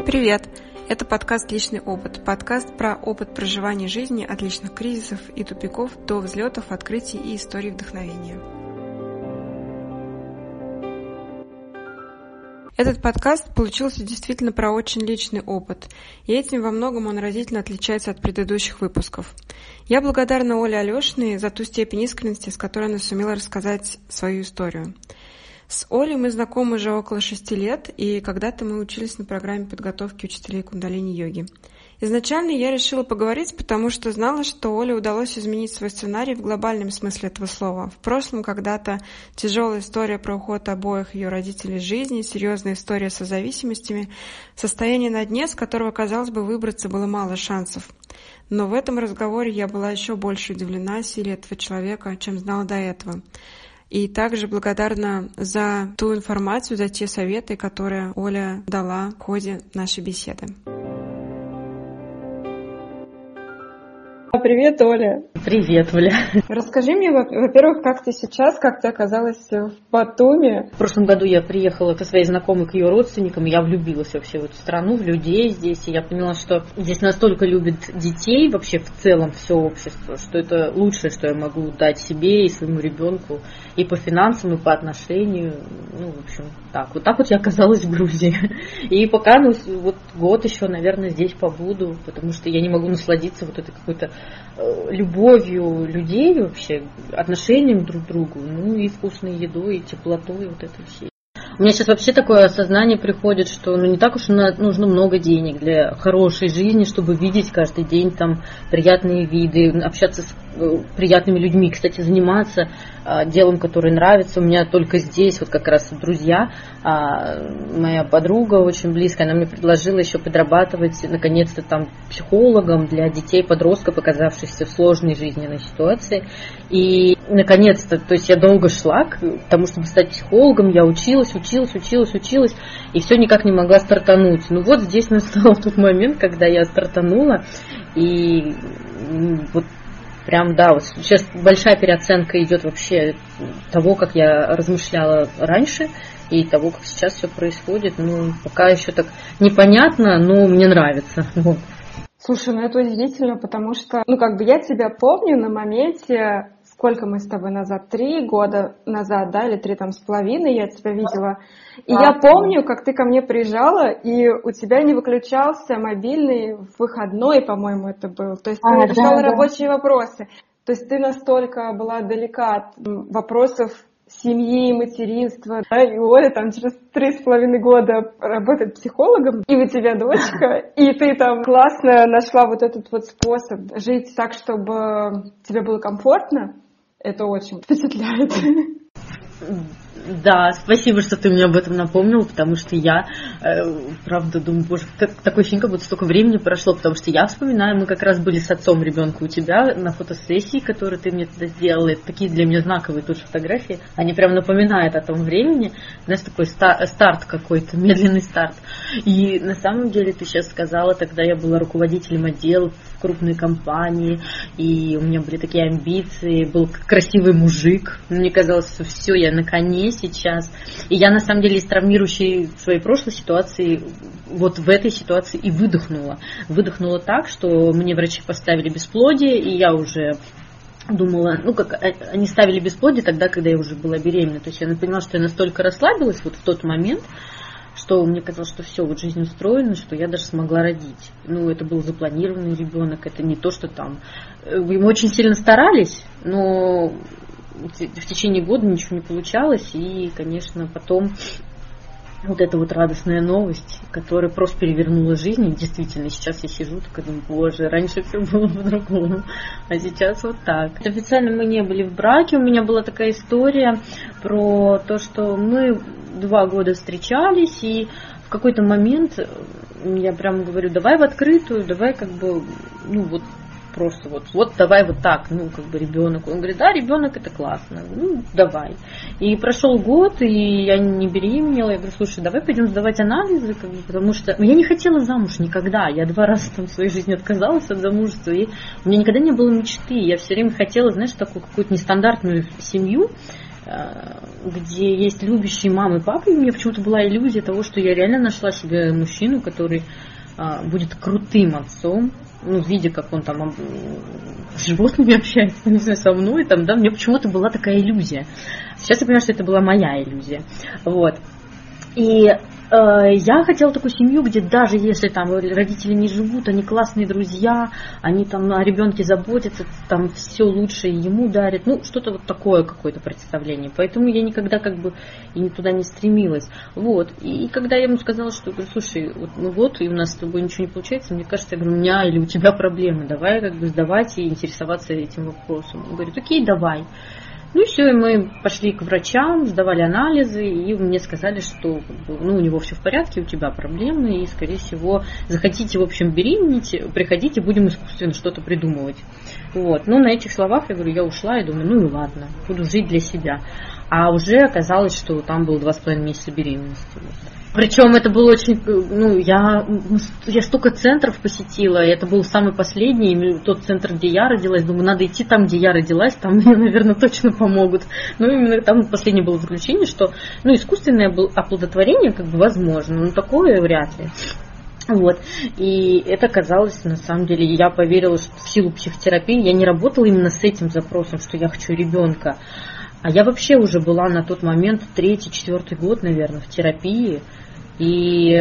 Привет! Это подкаст «Личный опыт». Подкаст про опыт проживания жизни от личных кризисов и тупиков до взлетов, открытий и историй вдохновения. Этот подкаст получился действительно про очень личный опыт, и этим во многом он разительно отличается от предыдущих выпусков. Я благодарна Оле Алешиной за ту степень искренности, с которой она сумела рассказать свою историю. С Олей мы знакомы уже около 6 лет, и когда-то мы учились на программе подготовки учителей кундалини-йоги. Изначально я решила поговорить, потому что знала, что Оле удалось изменить свой сценарий в глобальном смысле этого слова. В прошлом когда-то тяжелая история про уход обоих ее родителей из жизни, серьезная история со зависимостями, состояние на дне, с которого, казалось бы, выбраться было мало шансов. Но в этом разговоре я была еще больше удивлена силе этого человека, чем знала до этого. И также благодарна за ту информацию, за те советы, которые Оля дала в ходе нашей беседы. Привет, Оля. Привет, Оля. Расскажи мне, во-первых, как ты сейчас, как ты оказалась в Батуми? В прошлом году я приехала со своей знакомой к ее родственникам, и я влюбилась вообще в эту страну, в людей здесь, и я поняла, что здесь настолько любят детей, вообще в целом все общество, что это лучшее, что я могу дать себе и своему ребенку, и по финансам, и по отношению, в общем, так. Вот так вот я оказалась в Грузии. И пока, вот год еще, наверное, здесь побуду, потому что я не могу насладиться вот этой какой-то любовью людей вообще, отношением друг к другу, и вкусной едой, и теплотой вот этой всей. У меня сейчас вообще такое осознание приходит, что не так уж нужно много денег для хорошей жизни, чтобы видеть каждый день там приятные виды, общаться с приятными людьми, кстати, заниматься делом, которое нравится. У меня только здесь, вот как раз друзья, моя подруга очень близкая, она мне предложила еще подрабатывать, наконец-то, там психологом для детей, подростков, оказавшихся в сложной жизненной ситуации. И, наконец-то, то есть я долго шла к тому, чтобы стать психологом, я училась, и все никак не могла стартануть. Вот здесь настал тот момент, когда я стартанула, и вот прям, вот сейчас большая переоценка идет вообще того, как я размышляла раньше, и того, как сейчас все происходит. Пока еще так непонятно, но мне нравится. Вот. Слушай, это удивительно, потому что, я тебя помню на моменте, сколько мы с тобой назад, 3 года назад, или 3,5 я тебя видела. И я помню, как ты ко мне приезжала, и у тебя не выключался мобильный в выходной, по-моему, это был. То есть ты решала рабочие вопросы. То есть ты настолько была далека от вопросов семьи, материнства. И Оля там через 3,5 года работает психологом, и у тебя дочка, и ты там классно нашла вот этот вот способ жить так, чтобы тебе было комфортно. Это очень впечатляет. Да, спасибо, что ты мне об этом напомнил, потому что я, правда, думаю, боже, такое ощущение, как будто столько времени прошло, потому что я вспоминаю, мы как раз были с отцом ребенка у тебя на фотосессии, которую ты мне тогда сделала. Это такие для меня знаковые тоже фотографии. Они прям напоминают о том времени. Знаешь, такой старт какой-то, медленный старт. И на самом деле ты сейчас сказала, тогда я была руководителем отдела в крупной компании, и у меня были такие амбиции, был красивый мужик. Мне казалось, что все, я на коне сейчас. И я, на самом деле, из травмирующей своей прошлой ситуации, вот в этой ситуации и выдохнула. Выдохнула так, что мне врачи поставили бесплодие, и я уже думала, они ставили бесплодие тогда, когда я уже была беременна. То есть я поняла, что я настолько расслабилась вот в тот момент, что мне казалось, что все, вот жизнь устроена, что я даже смогла родить. Это был запланированный ребенок, это не то, что там... Мы очень сильно старались, но в течение года ничего не получалось, и, конечно, потом вот эта вот радостная новость, которая просто перевернула жизнь, и действительно, сейчас я сижу, так думаю, боже, раньше все было по-другому, а сейчас вот так. Официально мы не были в браке, у меня была такая история про то, что мы 2 года встречались, и в какой-то момент я прям говорю, давай в открытую, давай просто вот давай вот так, ребенок. Он говорит, да, ребенок это классно, давай. И прошел год, и я не беременела, я говорю, слушай, давай пойдем сдавать анализы, потому что я не хотела замуж никогда, я 2 раза в своей жизни отказалась от замужества, и у меня никогда не было мечты, я все время хотела, знаешь, такую какую-то нестандартную семью, где есть любящие мамы и папы. И у меня почему-то была иллюзия того, что я реально нашла себе мужчину, который будет крутым отцом, ну, видя, как он там с животными общается, не знаю, со мной, там, да, мне почему-то была такая иллюзия. Сейчас я понимаю, что это была моя иллюзия. Вот. И я хотела такую семью, где даже если там родители не живут, они классные друзья, они там о ребенке заботятся, там все лучшее ему дарят, ну, что-то вот такое какое-то представление. Поэтому я никогда как бы и туда не стремилась. Вот. И когда я ему сказала, что, говорю, слушай, вот, и у нас с тобой ничего не получается, мне кажется, я говорю, у меня или у тебя проблемы, давай как бы сдавать и интересоваться этим вопросом. Он говорит, окей, давай. Ну и все, и мы пошли к врачам, сдавали анализы, и мне сказали, что ну, у него все в порядке, у тебя проблемы, и, скорее всего, захотите, в общем, беременеть, приходите, будем искусственно что-то придумывать. Вот. Ну, на этих словах, я говорю, я ушла и думаю, ну и ладно, буду жить для себя. А уже оказалось, что там было 2,5 месяца беременности. Причем это было очень, ну, я столько центров посетила, это был самый последний, тот центр, где я родилась, думаю, надо идти там, где я родилась, там мне, наверное, точно помогут. Ну, именно там последнее было заключение, что, ну, искусственное оплодотворение, как бы, возможно, но такое вряд ли. Вот. И это казалось, на самом деле, я поверила, что в силу психотерапии я не работала именно с этим запросом, что я хочу ребенка. А я вообще уже была на тот момент 3-4 год, наверное, в терапии. И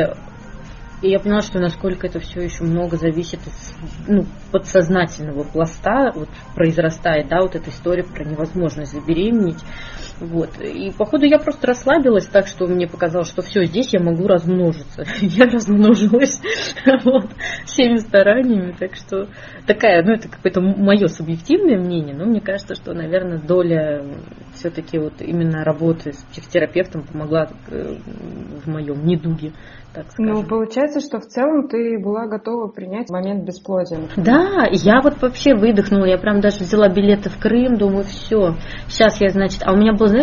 я поняла, что насколько это все еще много зависит от подсознательного пласта, вот произрастает, да, вот эта история про невозможность забеременеть. Вот. И походу я просто расслабилась так, что мне показалось, что все, здесь я могу размножиться. Я размножилась вот, всеми стараниями, так что такая, ну это какое-то мое субъективное мнение, но мне кажется, что, наверное, доля все-таки вот именно работы с психотерапевтом помогла в моем недуге, так скажем. Ну, получается, что в целом ты была готова принять момент бесплодия. Да, я вот вообще выдохнула, я прям даже взяла билеты в Крым, думаю, все, сейчас я, значит, а у меня был, знаешь,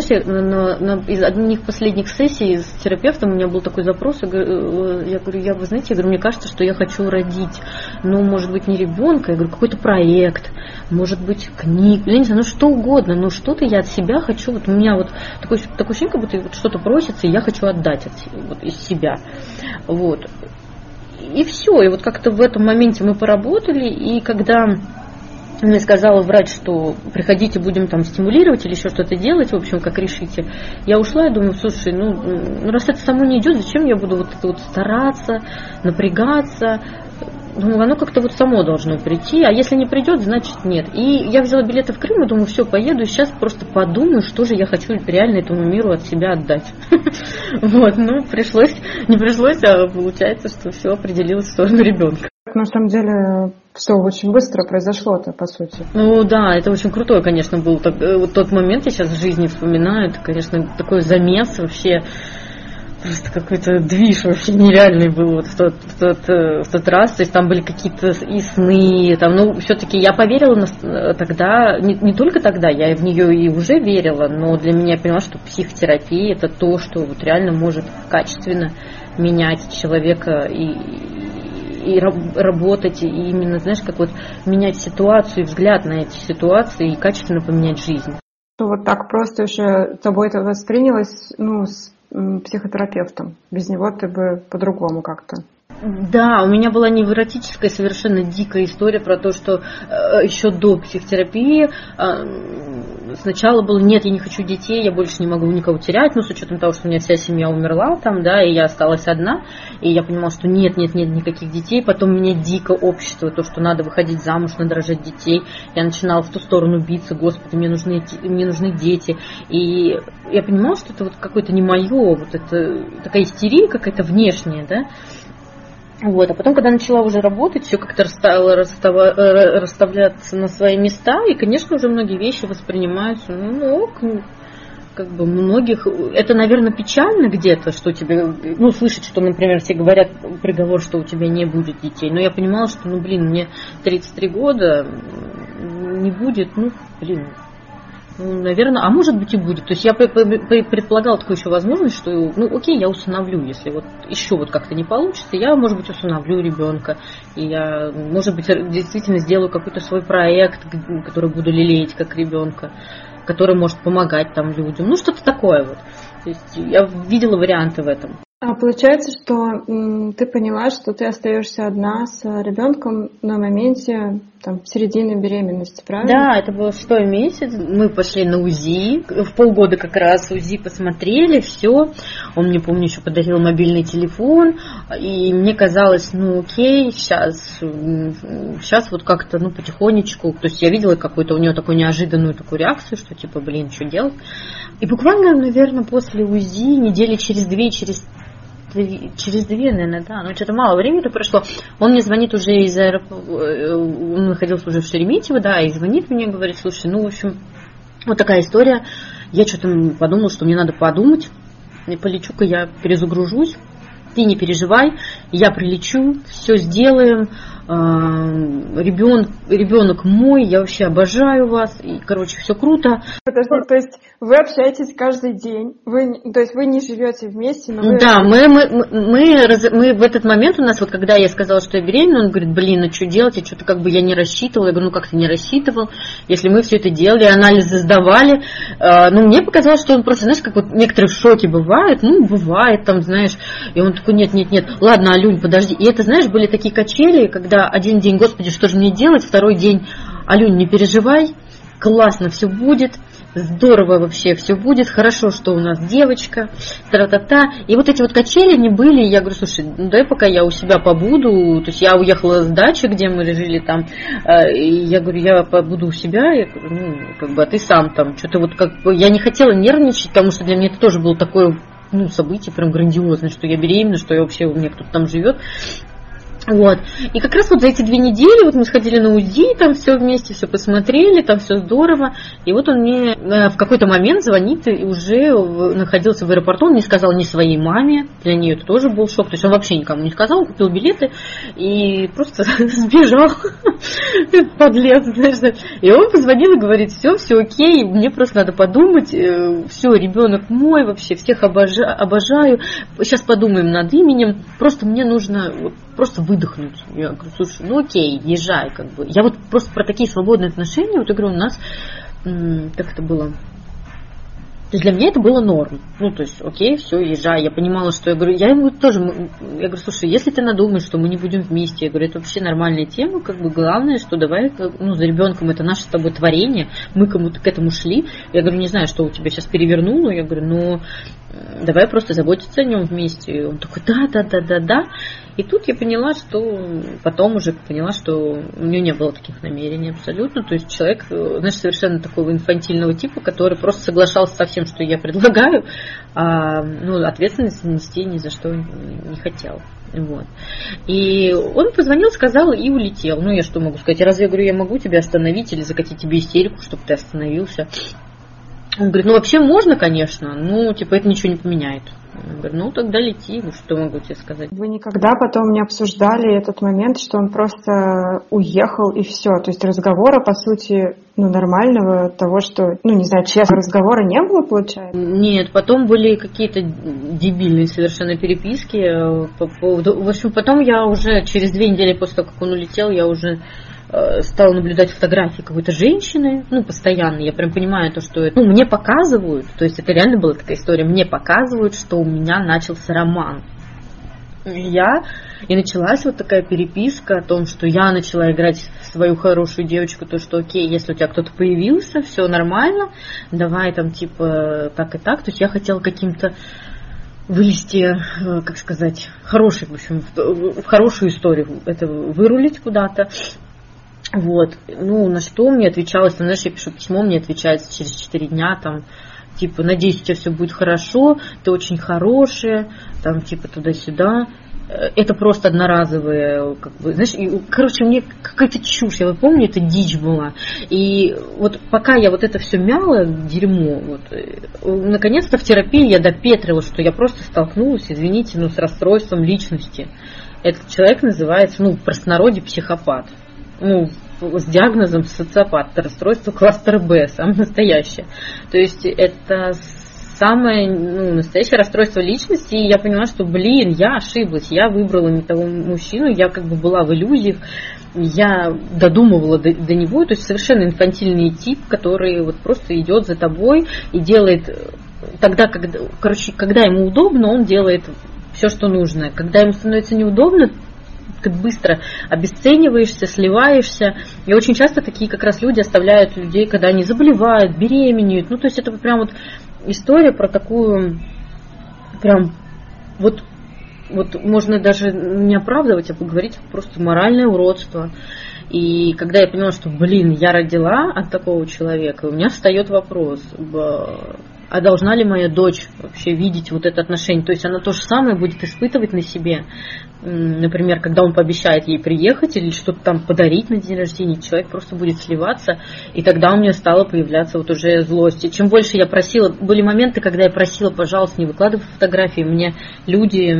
из одних последних сессий с терапевтом у меня был такой запрос, я говорю, вы знаете, мне кажется, что я хочу родить, ну, может быть, не ребенка, я говорю, какой-то проект, может быть, книг, я не знаю, ну, что угодно, но что-то я от себя хочу, вот у меня вот такое ощущение, как будто вот что-то просится, и я хочу отдать вот, из себя, вот. И все, и вот как-то в этом моменте мы поработали, и когда мне сказала врач, что приходите, будем там стимулировать или еще что-то делать, в общем, как решите, я ушла и думаю, слушай, ну раз это само не идет, зачем я буду вот это вот стараться, напрягаться? Думаю, оно как-то вот само должно прийти, а если не придет, значит нет. И я взяла билеты в Крым и думаю, все, поеду, и сейчас просто подумаю, что же я хочу реально этому миру от себя отдать. Вот, ну, не пришлось, а получается, что все определилось в сторону ребенка. На самом деле, все очень быстро произошло-то, по сути. Ну да, это очень крутой, конечно, был вот тот момент, я сейчас в жизни вспоминаю, это, конечно, такой замес вообще. Просто какой-то движ вообще нереальный был вот в тот раз. То есть там были какие-то и сны. Там, ну, все-таки я поверила тогда, не только тогда, я в нее и уже верила, но для меня я поняла, что психотерапия это то, что вот реально может качественно менять человека и работать, и именно, знаешь, как вот менять ситуацию, взгляд на эти ситуации и качественно поменять жизнь. Вот так просто уже тобой это воспринялось, ну, с психотерапевтом. Без него ты бы по-другому как-то. Да, у меня была невротическая, совершенно дикая история про то, что еще до психотерапии сначала было, нет, я не хочу детей, я больше не могу никого терять, ну, с учетом того, что у меня вся семья умерла там, да, и я осталась одна, и я понимала, что нет никаких детей, потом мне дико общество, то, что надо выходить замуж, надо рожать детей, я начинала в ту сторону биться, господи, мне нужны дети, и я понимала, что это вот какое-то не мое, вот это такая истерия какая-то внешняя, да. Вот, а потом, когда начала уже работать, все как-то стало расставляться на свои места, и, конечно, уже многие вещи воспринимаются, как бы многих, это, наверное, печально где-то, что тебе, ну, слышать, что, например, все говорят приговор, что у тебя не будет детей, но я понимала, что, мне 33 года, не будет, наверное, а может быть и будет. То есть я предполагала такую еще возможность, что, окей, я усыновлю, если вот еще вот как-то не получится, я, может быть, усыновлю ребенка, и я, может быть, действительно сделаю какой-то свой проект, который буду лелеять как ребенка. который может помогать там людям. Ну, что-то такое вот. То есть я видела варианты в этом. А получается, что ты поняла, что ты остаешься одна с ребенком на моменте середины беременности, правильно? Да, это был 6-й месяц. Мы пошли на УЗИ. В полгода как раз УЗИ посмотрели, все. Он мне, помню, еще подарил мобильный телефон. И мне казалось, окей, сейчас вот как-то, потихонечку. То есть я видела какую-то у него такую неожиданную такую реакцию, что типа, что делать. И буквально, наверное, после УЗИ, недели через 2, через 2, наверное, да, что-то мало времени прошло. Он мне звонит уже из аэропорта, он находился уже в Шереметьево, да, и звонит мне, говорит, слушай, в общем, вот такая история. Я что-то подумала, что мне надо подумать, и полечу-ка я перезагружусь. Ты не переживай, я прилечу, все сделаем. Ребенок мой, я вообще обожаю вас, и, все круто. Подожди, то есть вы общаетесь каждый день, то есть вы не живете вместе, но вы... Да, мы в этот момент у нас, вот когда я сказала, что я беременна, он говорит, что делать, я что-то я не рассчитывала, я говорю, как ты не рассчитывал, если мы все это делали, анализы сдавали, мне показалось, что он просто, знаешь, как вот некоторые в шоке бывают, бывает там, знаешь, и он такой, нет, ладно, Алюнь, подожди, и это, знаешь, были такие качели, когда один день, господи, что же мне делать, второй день, Алюнь, не переживай, классно все будет, здорово вообще все будет, хорошо, что у нас девочка, тра-та-та. И вот эти вот качели не были, я говорю, слушай, дай пока я у себя побуду, то есть я уехала с дачи, где мы жили там, и я говорю, я побуду у себя, я говорю, а ты сам там, что-то вот я не хотела нервничать, потому что для меня это тоже было такое, событие прям грандиозное, что я беременна, что я вообще, у меня кто-то там живет. Вот. И как раз вот за эти 2 недели вот мы сходили на УЗИ, там все вместе, все посмотрели, там все здорово. И вот он мне в какой-то момент звонит и уже находился в аэропорту, он не сказал ни своей маме, для нее это тоже был шок. То есть он вообще никому не сказал, купил билеты и просто сбежал, подлец, знаешь. И он позвонил и говорит, все окей, мне просто надо подумать, все, ребенок мой, вообще всех обожаю, сейчас подумаем над именем, просто мне нужно просто выдохнуть. Я говорю, слушай, окей, езжай, Я вот просто про такие свободные отношения, вот я говорю, у нас, как это было, то есть для меня это было норм. То есть, окей, все, езжай. Я понимала, что я говорю, я говорю, слушай, если ты надумаешь, что мы не будем вместе, я говорю, это вообще нормальная тема, главное, что давай, за ребенком это наше с тобой творение, мы кому-то к этому шли. Я говорю, не знаю, что у тебя сейчас перевернуло, я говорю, давай просто заботиться о нем вместе. И он такой, да. И тут я поняла, потом уже поняла, что у нее не было таких намерений абсолютно. То есть человек, знаешь, совершенно такого инфантильного типа, который просто соглашался со всем, что я предлагаю, а ответственность нести ни за что не хотел. Вот. И он позвонил, сказал и улетел. Я что могу сказать? Разве я говорю, я могу тебя остановить или закатить тебе истерику, чтобы ты остановился? Он говорит, вообще можно, конечно, это ничего не поменяет. Я говорю, тогда лети, что могу тебе сказать. Вы никогда потом не обсуждали этот момент, что он просто уехал и все? То есть разговора, по сути, нормального, того, что, честного разговора не было, получается? Нет, потом были какие-то дебильные совершенно переписки по поводу... В общем, потом я уже через 2 недели после того, как он улетел, я уже стала наблюдать фотографии какой-то женщины, постоянно, я прям понимаю то, что мне показывают, то есть это реально была такая история, мне показывают, что у меня начался роман. И началась вот такая переписка о том, что я начала играть в свою хорошую девочку, то, что окей, если у тебя кто-то появился, все нормально, давай там так и так, то есть я хотела каким-то вылезти, как сказать, хороший, в общем, в хорошую историю это вырулить куда-то. Вот, на что мне отвечалось, я пишу письмо, мне отвечается через 4 дня, надеюсь, у тебя все будет хорошо, ты очень хорошая, туда-сюда. Это просто одноразовые, мне какая-то чушь, я помню, это дичь была. И вот пока я вот это все мяла, дерьмо, наконец-то в терапии я допетрила, что я просто столкнулась, извините, с расстройством личности. Этот человек называется, в простонародье психопат. С диагнозом социопат, расстройство кластера Б, самое настоящее. То есть это самое настоящее расстройство личности, и я поняла, что, я ошиблась, я выбрала не того мужчину, я как бы была в иллюзиях, я додумывала до него, то есть совершенно инфантильный тип, который вот просто идет за тобой и делает тогда, когда ему удобно, он делает все, что нужно. Когда ему становится неудобно, ты быстро обесцениваешься, сливаешься. И очень часто такие как раз люди оставляют людей, когда они заболевают, беременеют. То есть это прям вот история про такую, прям вот можно даже не оправдывать, а поговорить просто моральное уродство. И когда я поняла, что, я родила от такого человека, у меня встает вопрос, а должна ли моя дочь вообще видеть вот это отношение? То есть она то же самое будет испытывать на себе. Например, когда он пообещает ей приехать или что-то там подарить на день рождения, человек просто будет сливаться, и тогда у меня стала появляться вот уже злость. И чем больше я просила, были моменты, когда я просила, пожалуйста, не выкладывай фотографии, мне люди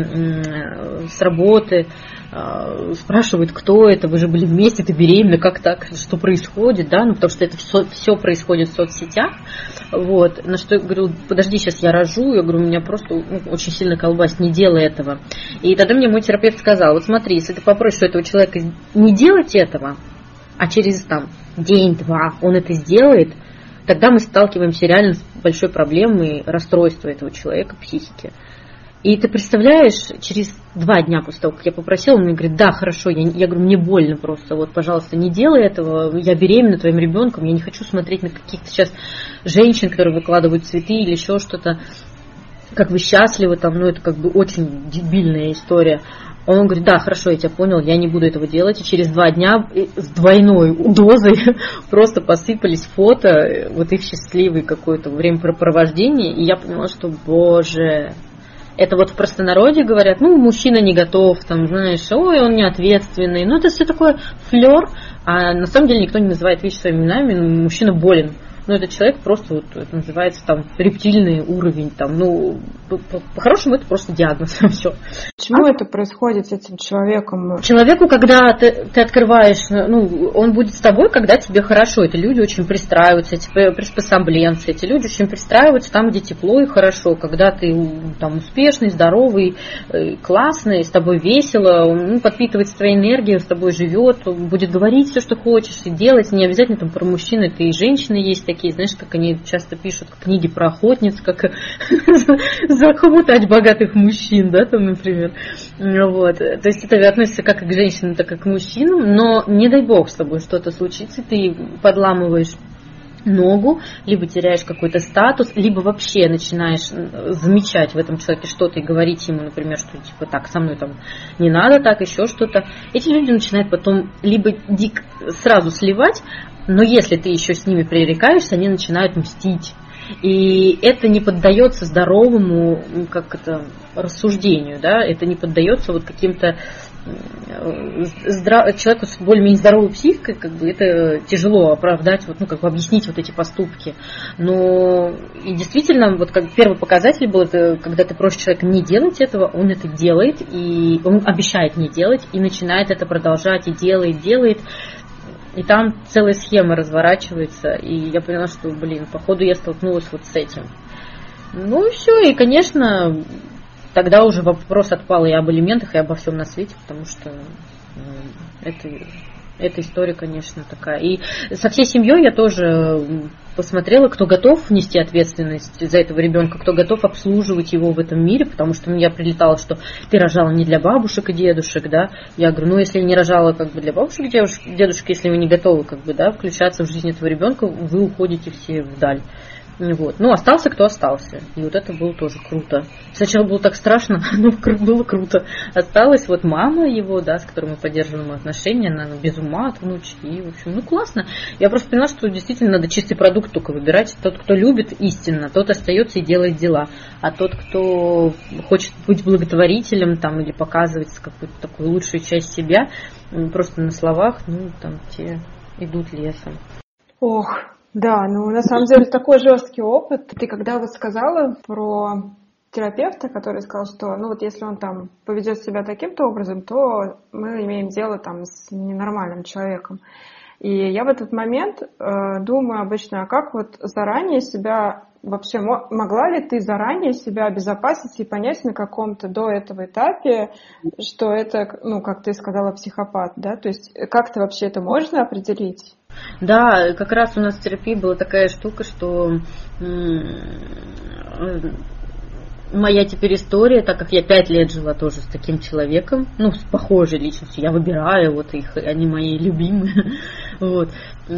с работы спрашивают, кто это, вы же были вместе, ты беременна, как так, что происходит, да, потому что это все происходит в соцсетях, вот, на что я говорю, подожди, сейчас я рожу, я говорю, меня просто очень сильно колбасит, не делай этого. И тогда мне мой терапевт сказал, вот смотри, если ты попросишь у этого человека не делать этого, а через день-два он это сделает, тогда мы сталкиваемся реально с большой проблемой расстройства этого человека, психики. И ты представляешь, через 2 дня после того, как я попросила, он мне говорит, да, хорошо, я говорю, мне больно просто, вот, пожалуйста, не делай этого, я беременна твоим ребенком, я не хочу смотреть на каких-то сейчас женщин, которые выкладывают цветы или еще что-то, как вы счастливы, это как бы очень дебильная история. Он говорит, да, хорошо, я тебя понял, я не буду этого делать. И через 2 дня с двойной дозой просто посыпались фото, вот их счастливые какое-то времяпрепровождение, и я поняла, что, боже... Это вот в простонародье говорят, мужчина не готов, ой, он неответственный. Это все такое флер, а на самом деле никто не называет вещи своими именами, мужчина болен. Этот человек просто, это называется рептильный уровень, по-хорошему это просто диагноз, все. Почему это происходит с этим человеком? Человеку, когда ты открываешь, он будет с тобой, когда тебе хорошо. Это люди очень пристраиваются, эти приспособленцы, эти люди очень пристраиваются там, где тепло и хорошо. Когда ты успешный, здоровый, классный, с тобой весело, он подпитывается твоей энергией, с тобой живет, будет говорить все, что хочешь, и делать. Не обязательно про мужчин, это и женщины есть такие, знаешь, как они часто пишут книги про охотниц, как захомутать богатых мужчин, да, например. Вот. То есть это относится как и к женщинам, так и к мужчинам, но не дай бог с тобой что-то случится, ты подламываешь ногу, либо теряешь какой-то статус, либо вообще начинаешь замечать в этом человеке что-то и говорить ему, например, что так, со мной не надо, так, еще что-то. Эти люди начинают потом либо сразу сливать, но если ты еще с ними пререкаешься, они начинают мстить. И это не поддается здоровому рассуждению, да, это не поддается каким-то человеку с более-менее здоровой психикой, это тяжело оправдать, объяснить эти поступки. Но и действительно, первый показатель был, это когда ты просишь человека не делать этого, он это делает, и он обещает не делать, и начинает это продолжать, и делает. И там целая схема разворачивается, и я поняла, что, походу я столкнулась с этим. И все, и, конечно, тогда уже вопрос отпал и об элементах, и обо всем на свете, потому что эта история, конечно, такая. И со всей семьей я тоже посмотрела, кто готов нести ответственность за этого ребенка, кто готов обслуживать его в этом мире, потому что я прилетала, что ты рожала не для бабушек и дедушек, да. Я говорю, если я не рожала для бабушек и дедушек, если вы не готовы включаться в жизнь этого ребенка, вы уходите все вдаль. Остался кто остался. И это было тоже круто. Сначала было так страшно, но было круто. Осталась мама его, да, с которой мы поддерживаем отношения, она без ума от внучки. И, в общем, классно. Я просто поняла, что действительно надо чистый продукт только выбирать. Тот, кто любит истинно, тот остается и делает дела. А тот, кто хочет быть благотворителем или показывать какую-то такую лучшую часть себя, просто на словах, те идут лесом. Ох. Да, на самом деле такой жесткий опыт. Ты когда сказала про терапевта, который сказал, что если он поведет себя таким-то образом, то мы имеем дело с ненормальным человеком. И я в этот момент думаю обычно, а как вот заранее себя... Вообще, могла ли ты заранее себя обезопасить и понять на каком-то до этого этапе, что это, ну, как ты сказала, психопат, да? То есть как-то вообще это можно определить? Да, как раз у нас в терапии была такая штука, что моя теперь история, так как я 5 лет жила тоже с таким человеком, ну, с похожей личностью, я выбираю вот их, они мои любимые, вот.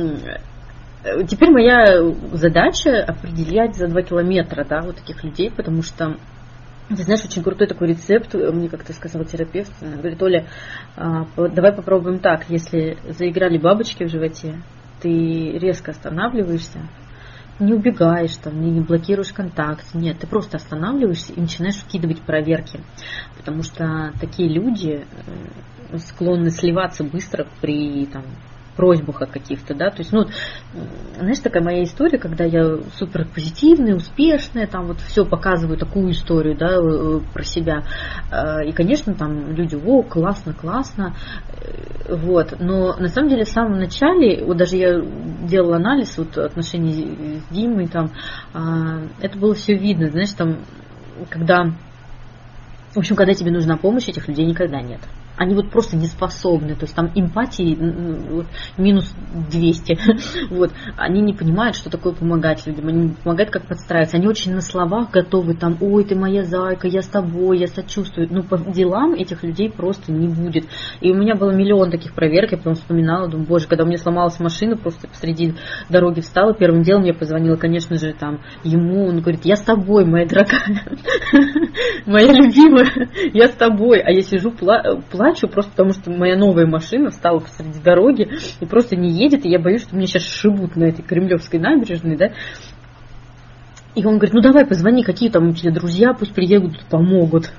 Теперь моя задача определять за 2 километра, да, вот таких людей, потому что, ты знаешь, очень крутой такой рецепт, мне как-то сказал терапевт, говорит: Оля, давай попробуем так, если заиграли бабочки в животе, ты резко останавливаешься, не убегаешь, там, не блокируешь контакт, нет, ты просто останавливаешься и начинаешь вкидывать проверки, потому что такие люди склонны сливаться быстро при, там, просьбах о каких-то, да, то есть, ну, знаешь, такая моя история, когда я супер позитивная, успешная, там вот все показываю такую историю, да, про себя, и, конечно, там люди: о, классно, классно, вот, но на самом деле в самом начале, вот даже я делала анализ вот отношений с Димой, там, это было все видно, знаешь, там, когда, в общем, когда тебе нужна помощь, этих людей никогда нет. Они вот просто не способны, то есть там эмпатии вот, минус 200, вот, они не понимают, что такое помогать людям, они не помогают, как подстраиваться, они очень на словах готовы, там: ой, ты моя зайка, я с тобой, я сочувствую, но по делам этих людей просто не будет. И у меня было миллион таких проверок, я потом вспоминала, думаю: боже, когда у меня сломалась машина, просто посреди дороги встала, первым делом я позвонила, конечно же, там, ему, он говорит: я с тобой, моя дорогая, моя любимая, я с тобой, а я сижу, плачу, просто потому что моя новая машина встала посреди дороги и просто не едет, и я боюсь, что меня сейчас сшибут на этой Кремлевской набережной, да. И он говорит: ну давай позвони, какие там у тебя друзья, пусть приедут, помогут.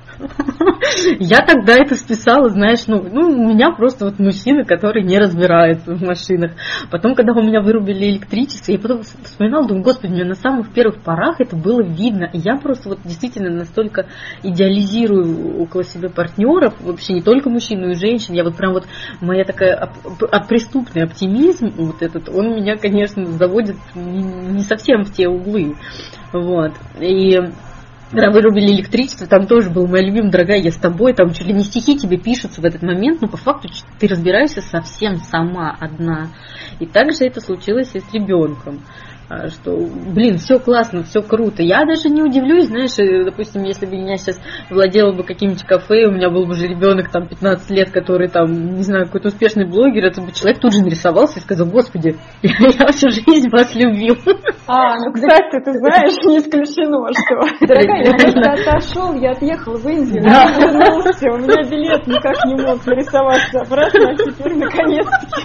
Я тогда это списала, знаешь, ну у меня просто вот мужчина, который не разбирается в машинах. Потом, когда у меня вырубили электричество, я потом вспоминала, думаю: господи, мне на самых первых порах это было видно. И я просто вот действительно настолько идеализирую около себя партнеров, вообще не только мужчин, но и женщин. Я вот прям вот, моя такая преступный оптимизм, вот этот, он меня, конечно, заводит не совсем в те углы. Вот. И когда вырубили электричество, там тоже был: моя любимая, дорогая, я с тобой, там чуть ли не стихи тебе пишутся в этот момент, но по факту ты разбираешься совсем сама одна. И также это случилось и с ребенком. Что, блин, все классно, все круто. Я даже не удивлюсь, знаешь, допустим, если бы меня сейчас владела бы каким-нибудь кафе, у меня был бы уже ребенок там 15 лет, который там, не знаю, какой-то успешный блогер, этот бы человек тут же нарисовался и сказал: господи, я всю жизнь вас любил. Ну, кстати, ты знаешь, не исключено, что... Дорогая, я просто отошел, я отъехал в Индию, я вернулся, у меня билет никак не мог нарисоваться обратно, а теперь наконец-таки.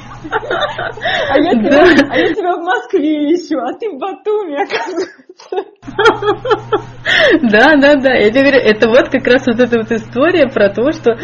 А я тебя в Москве ищу, а ты в Батуми, оказывается. Да. Я тебе говорю, это вот как раз вот эта вот история про то, что,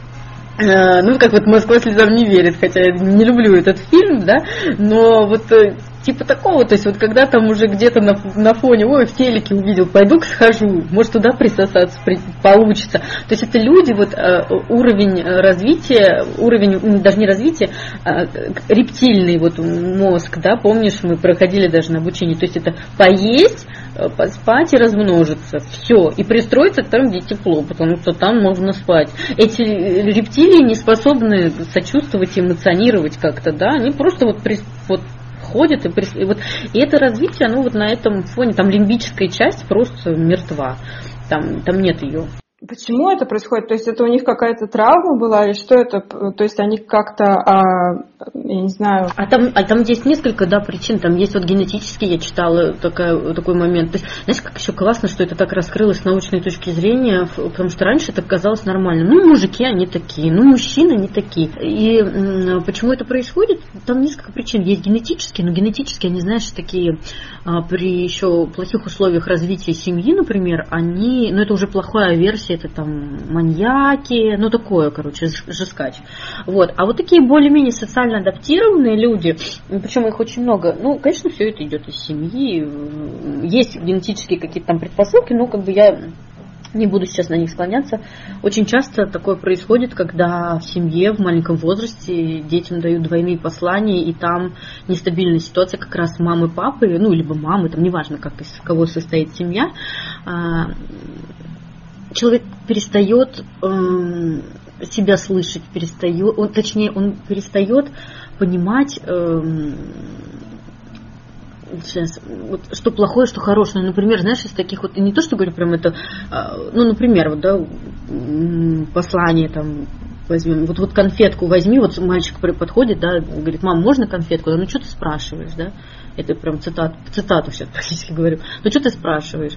ну, как вот «Москва слезам не верит», хотя я не люблю этот фильм, да, но вот типа такого, то есть вот когда там уже где-то на фоне: ой, в телеке увидел, пойду-ка схожу, может туда присосаться получится. То есть это люди, вот уровень развития, уровень даже не развития, а рептильный вот мозг, да, помнишь, мы проходили даже на обучении, то есть это поесть, поспать и размножиться, все, и пристроиться там, где тепло, потому что там можно спать. Эти рептилии не способны сочувствовать, эмоционировать как-то, да, они просто вот ходят, и это развитие, оно вот на этом фоне, там лимбическая часть просто мертва, там нет ее. Почему это происходит? То есть это у них какая-то травма была или что это? То есть они как-то, я не знаю... А там есть несколько, да, причин. Там есть вот генетически, я читала такой момент. То есть, знаешь, как еще классно, что это так раскрылось с научной точки зрения, потому что раньше это казалось нормально. Ну, мужики, они такие, ну, мужчины, они такие. И почему это происходит? Там несколько причин. Есть генетические, но генетические, они, знаешь, такие при еще плохих условиях развития семьи, например, они, ну, это уже плохая версия, это там маньяки, ну такое, короче, жескач. Вот. А вот такие более-менее социально адаптированные люди, причем их очень много, ну, конечно, все это идет из семьи, есть генетические какие-то там предпосылки, но как бы я не буду сейчас на них склоняться. Очень часто такое происходит, когда в семье в маленьком возрасте детям дают двойные послания, и там нестабильная ситуация как раз мамы, папы, ну, либо мамы, там неважно, как из кого состоит семья. Человек перестает себя слышать, он перестает понимать, вот, что плохое, что хорошее. Например, знаешь, из таких вот, не то, что говорю прям это, ну, например, вот, да, послание там, возьмем, вот конфетку возьми, вот мальчик подходит, да, говорит: мам, можно конфетку? Ну, что ты спрашиваешь, да? Это прям цитату сейчас практически говорю. Ну, что ты спрашиваешь?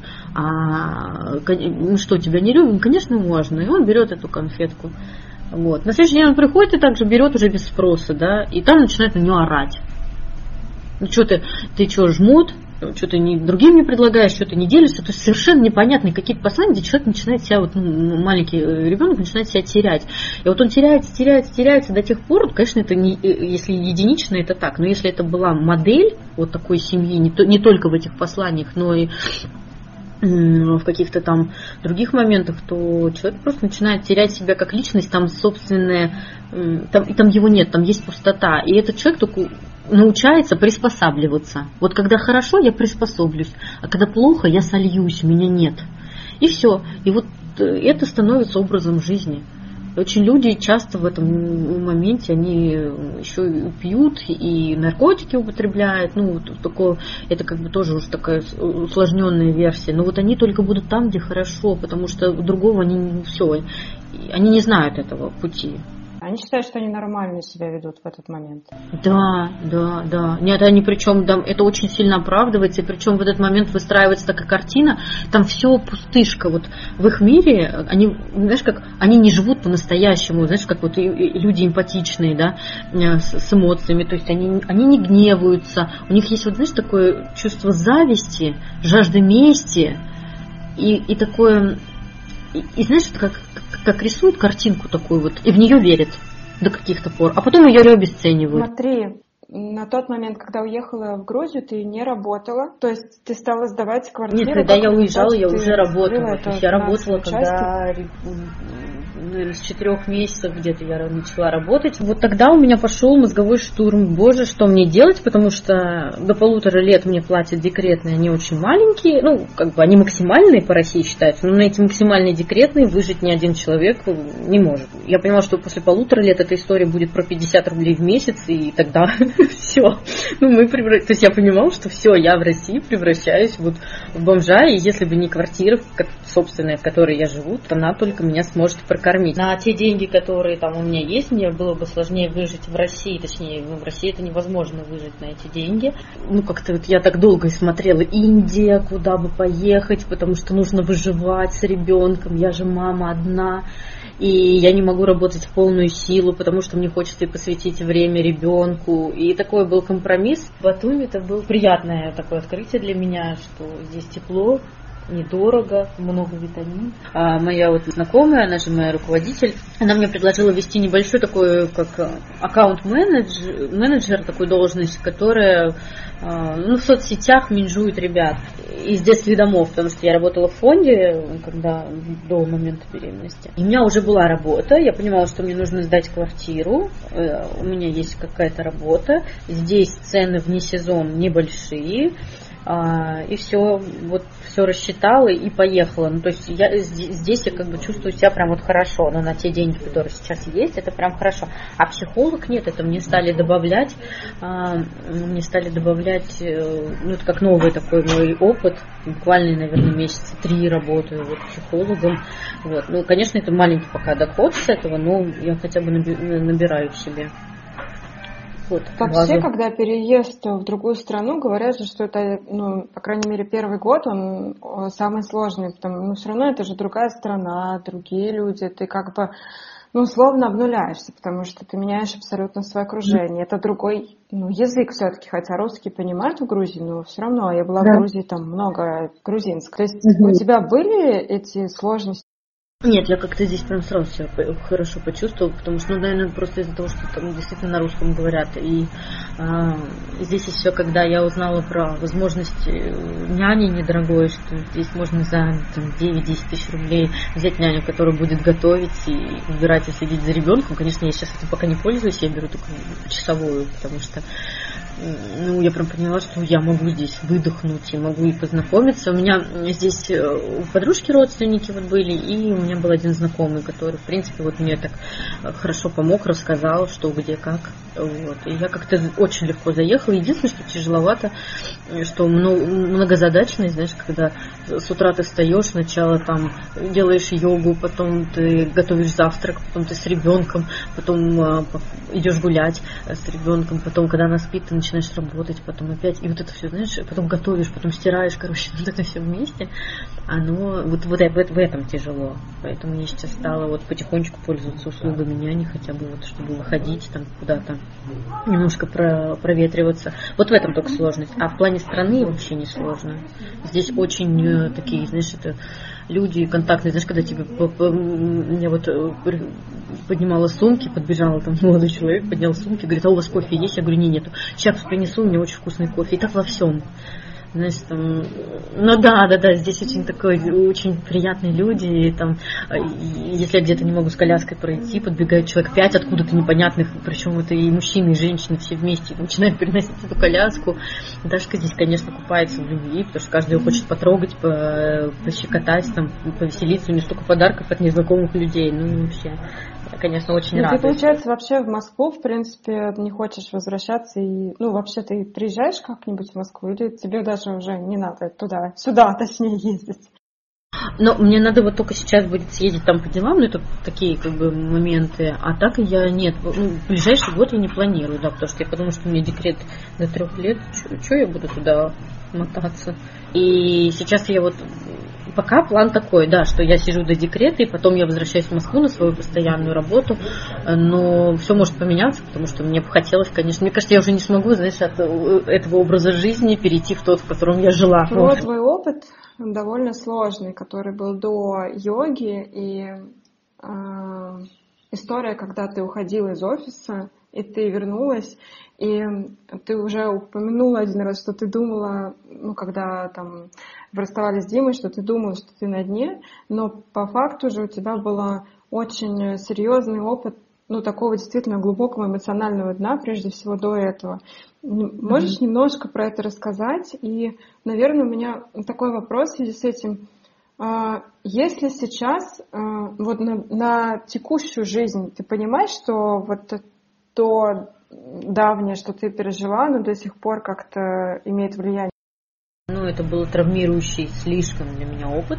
Мы что, тебя не любим? Конечно, можно. И он берет эту конфетку. Вот. На следующий день он приходит и также берет уже без спроса, да, и там начинает на него орать. Ну, что ты что, жмут? Что ты другим не предлагаешь, что ты не делишься, то есть совершенно непонятные какие-то послания, где человек начинает себя, вот, маленький ребенок начинает себя терять. И вот он теряется до тех пор, конечно, это не, если единично, это так, но если это была модель вот такой семьи, не только в этих посланиях, но и в каких-то там других моментах, то человек просто начинает терять себя как личность, там собственное, там его нет, там есть пустота. И этот человек только научается приспосабливаться. Вот когда хорошо, я приспособлюсь, а когда плохо, я сольюсь, меня нет. И все. И вот это становится образом жизни. Очень люди часто в этом моменте, они еще пьют и наркотики употребляют, ну, вот такое, это как бы тоже уже такая усложненная версия, но вот они только будут там, где хорошо, потому что другого они не знают этого пути. Они считают, что они нормально себя ведут в этот момент. Да. Нет, они причем, да, это очень сильно оправдывается, и причем в этот момент выстраивается такая картина, там все пустышка. Вот в их мире, они, знаешь, как они не живут по-настоящему, знаешь, как вот люди эмпатичные, да, с эмоциями, то есть они не гневаются, у них есть, вот, знаешь, такое чувство зависти, жажда мести, и такое, и знаешь, как рисуют картинку такую вот, и в нее верят до каких-то пор, а потом ее обесценивают. Смотри, на тот момент, когда уехала в Грузию, ты не работала, то есть ты стала сдавать квартиру? Нет, когда я уезжала, я уже работала. То есть я работала, когда с 4 месяцев где-то я начала работать. Вот тогда у меня пошел мозговой штурм. Боже, что мне делать, потому что до 1,5 лет мне платят декретные, они очень маленькие, ну, как бы они максимальные по России считаются, но на эти максимальные декретные выжить ни один человек не может. Я поняла, что после 1,5 лет эта история будет про 50 рублей в месяц, и тогда все. То есть я понимала, что все, я в России превращаюсь вот в бомжа, и если бы не квартира собственная, в которой я живу, то она только меня сможет прокормить. На те деньги, которые там у меня есть, мне было бы сложнее выжить в России, точнее, в России это невозможно выжить на эти деньги. Ну, как-то вот я так долго смотрела: Индия, куда бы поехать, потому что нужно выживать с ребенком, я же мама одна. И я не могу работать в полную силу, потому что мне хочется и посвятить время ребенку. И такой был компромисс. В Батуми это было приятное такое открытие для меня, что здесь тепло, недорого, много витаминов. А моя вот знакомая, она же моя руководитель, она мне предложила вести небольшой такой, как аккаунт-менеджер, такую должность, которая в соцсетях менеджует ребят из детских домов, потому что я работала в фонде, когда до момента беременности. И у меня уже была работа, я понимала, что мне нужно сдать квартиру, у меня есть какая-то работа, здесь цены вне сезон небольшие, и все, вот все рассчитала и поехала. Ну, то есть здесь я как бы чувствую себя прям вот хорошо, но на те деньги, которые сейчас есть, это прям хорошо. А психолог нет, это мне стали добавлять, ну, это как новый такой мой опыт, буквально, наверное, месяца 3 работаю вот психологом. Вот. Ну, конечно, это маленький пока доход с этого, но я хотя бы набираю в себе. Вот, вообще, когда переезд в другую страну, говорят же, что это, ну, по крайней мере, первый год, он самый сложный, потому что все равно это же другая страна, другие люди, ты как бы, ну, условно обнуляешься, потому что ты меняешь абсолютно свое окружение. Это другой, ну, язык все-таки, хотя русский понимают в Грузии, но все равно я была в Грузии, там много грузинских. То есть у тебя были эти сложности? Нет, я как-то здесь прям сразу себя хорошо почувствовала, потому что, ну, наверное, просто из-за того, что там действительно на русском говорят. И здесь еще, когда я узнала про возможность няни недорогой, что здесь можно за 9-10 тысяч рублей взять няню, которая будет готовить и убирать и следить за ребенком. Конечно, я сейчас этим пока не пользуюсь, я беру только часовую, потому что ну, я прям поняла, что я могу здесь выдохнуть и могу и познакомиться. У меня здесь у подружки родственники вот были, и у меня был один знакомый, который, в принципе, вот мне так хорошо помог, рассказал, что, где, как. Вот. И я как-то очень легко заехала. Единственное, что тяжеловато, что многозадачный, знаешь, когда с утра ты встаешь, сначала там делаешь йогу, потом ты готовишь завтрак, потом ты с ребенком, потом идешь гулять с ребенком, потом, когда она спит, ты начинаешь работать, потом опять, и вот это все, знаешь, потом готовишь, потом стираешь, короче, вот это все вместе, оно вот в этом тяжело. Поэтому я сейчас стала вот потихонечку пользоваться услугами няни, хотя бы вот, чтобы выходить там куда-то, немножко проветриваться. Вот в этом только сложность. А в плане страны вообще не сложно. Здесь очень такие, знаешь, это люди контактные, знаешь, когда тебе я вот поднимала сумки, подбежала там молодой человек, поднял сумки, говорит, а у вас кофе есть? Я говорю, нету. Сейчас принесу, у меня очень вкусный кофе. И так во всем. Знаешь, там, ну да, здесь очень такой, очень приятные люди, и там, если я где-то не могу с коляской пройти, подбегает человек 5 откуда-то непонятных, причем это и мужчины, и женщины все вместе, начинают переносить эту коляску. Дашка здесь, конечно, купается в любви, потому что каждый ее хочет потрогать, пощекотать, там, повеселиться, у нее столько подарков от незнакомых людей, ну вообще. Я, конечно, очень рада. Ты, получается, вообще в Москву, в принципе, не хочешь возвращаться и, ну, вообще ты приезжаешь как-нибудь в Москву или тебе даже уже не надо сюда, точнее, ездить? Но мне надо вот только сейчас будет съездить там по делам, но это такие как бы моменты. А так я нет, ну, в ближайший год я не планирую, да, потому что я подумала, что у меня декрет до 3 лет, что я буду туда мотаться. И сейчас я вот пока план такой, да, что я сижу до декрета, и потом я возвращаюсь в Москву на свою постоянную работу, но все может поменяться, потому что мне бы хотелось, конечно, мне кажется, я уже не смогу, знаешь, от этого образа жизни перейти в тот, в котором я жила. Вот твой опыт довольно сложный, который был до йоги, и история, когда ты уходила из офиса, и ты вернулась, и ты уже упомянула один раз, что ты думала, ну, когда там вы расставались с Димой, что ты думала, что ты на дне, но по факту же у тебя был очень серьезный опыт, ну, такого действительно глубокого эмоционального дна, прежде всего до этого. Можешь немножко про это рассказать? И, наверное, у меня такой вопрос в связи с этим. Если сейчас, вот на текущую жизнь, ты понимаешь, что вот то давнее, что ты пережила, но до сих пор как-то имеет влияние? Ну, это был травмирующий слишком для меня опыт.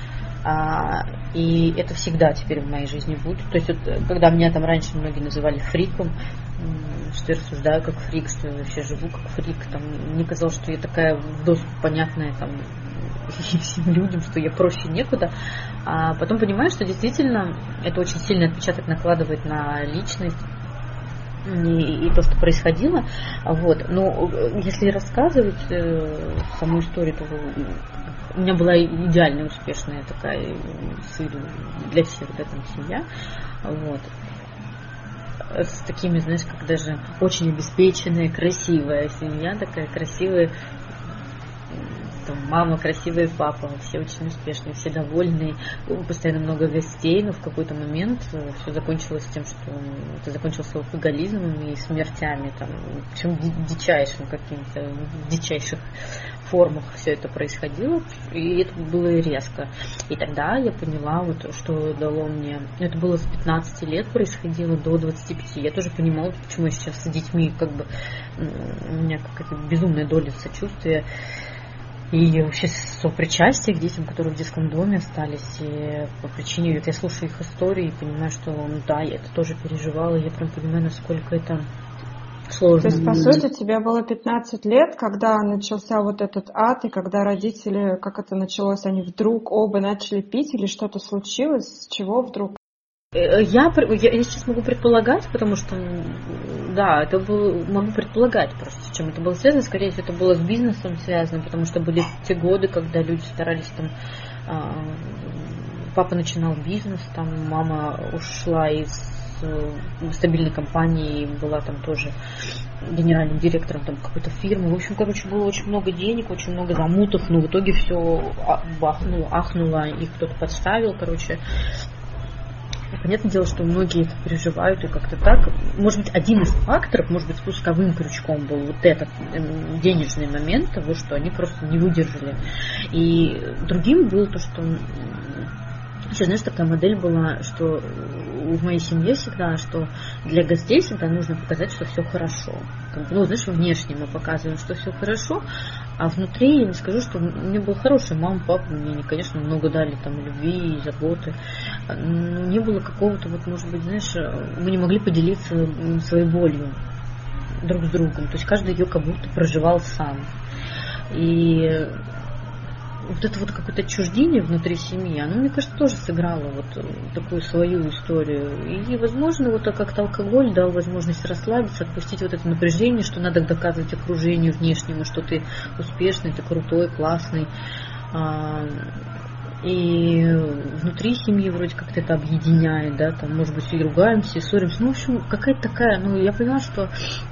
И это всегда теперь в моей жизни будет. То есть, вот, когда меня там раньше многие называли фриком, что я рассуждаю как фрик, что я вообще живу как фрик, там, мне казалось, что я такая в доску понятная там всем людям, что я проще некуда. А потом понимаю, что действительно это очень сильный отпечаток накладывает на личность и то, что происходило. Вот. Но если рассказывать саму историю, то у меня была идеально успешная такая для всех, да, там, семья. Вот. С такими, знаешь, как даже очень обеспеченная, красивая семья, такая красивая, там, мама красивая, папа, все очень успешные, все довольные, постоянно много гостей, но в какой-то момент все закончилось тем, что это закончилось алкоголизмом и смертями, там, причем дичайшим каким-то, в дичайших формах все это происходило, и это было резко. И тогда я поняла, вот, что дало мне, это было с 15 лет происходило до 25, я тоже понимала, почему я сейчас с детьми, как бы, у меня какая-то безумная доля сочувствия, и вообще сопричастие к детям, которые в детском доме остались. И по причине, вот я слушаю их истории и понимаю, что да, я это тоже переживала, и я прям понимаю, насколько это сложно. То есть, по сути, тебе было 15 лет, когда начался вот этот ад, и когда родители, как это началось, они вдруг оба начали пить, или что-то случилось, с чего вдруг? Я сейчас могу предполагать, потому что, да, это было, могу предполагать просто, с чем это было связано. Скорее всего, это было с бизнесом связано, потому что были те годы, когда люди старались там папа начинал бизнес, там мама ушла из стабильной компании, была там тоже генеральным директором там какой-то фирмы. В общем, короче, было очень много денег, очень много замутов, но в итоге все ахнуло, их кто-то подставил, короче. И понятное дело, что многие это переживают и как-то так. Может быть, один из факторов, может быть, спусковым крючком был вот этот денежный момент того, что они просто не выдержали. И другим было то, что еще, знаешь, такая модель была, что в моей семье всегда, что для гостей всегда нужно показать, что все хорошо. Ну, знаешь, внешне мы показываем, что все хорошо, а внутри я не скажу, что у меня была хорошая мама, папа, мне, конечно, много дали там любви и заботы, но не было какого-то, вот, может быть, знаешь, мы не могли поделиться своей болью друг с другом, то есть каждый ее как будто проживал сам. И вот это вот какое-то отчуждение внутри семьи, оно, мне кажется, тоже сыграло вот такую свою историю. И, возможно, вот как-то алкоголь дал возможность расслабиться, отпустить вот это напряжение, что надо доказывать окружению внешнему, что ты успешный, ты крутой, классный. И внутри семьи вроде как-то это объединяет, да, там, может быть, и ругаемся, и ссоримся. Ну, в общем, какая-то такая, я поняла, что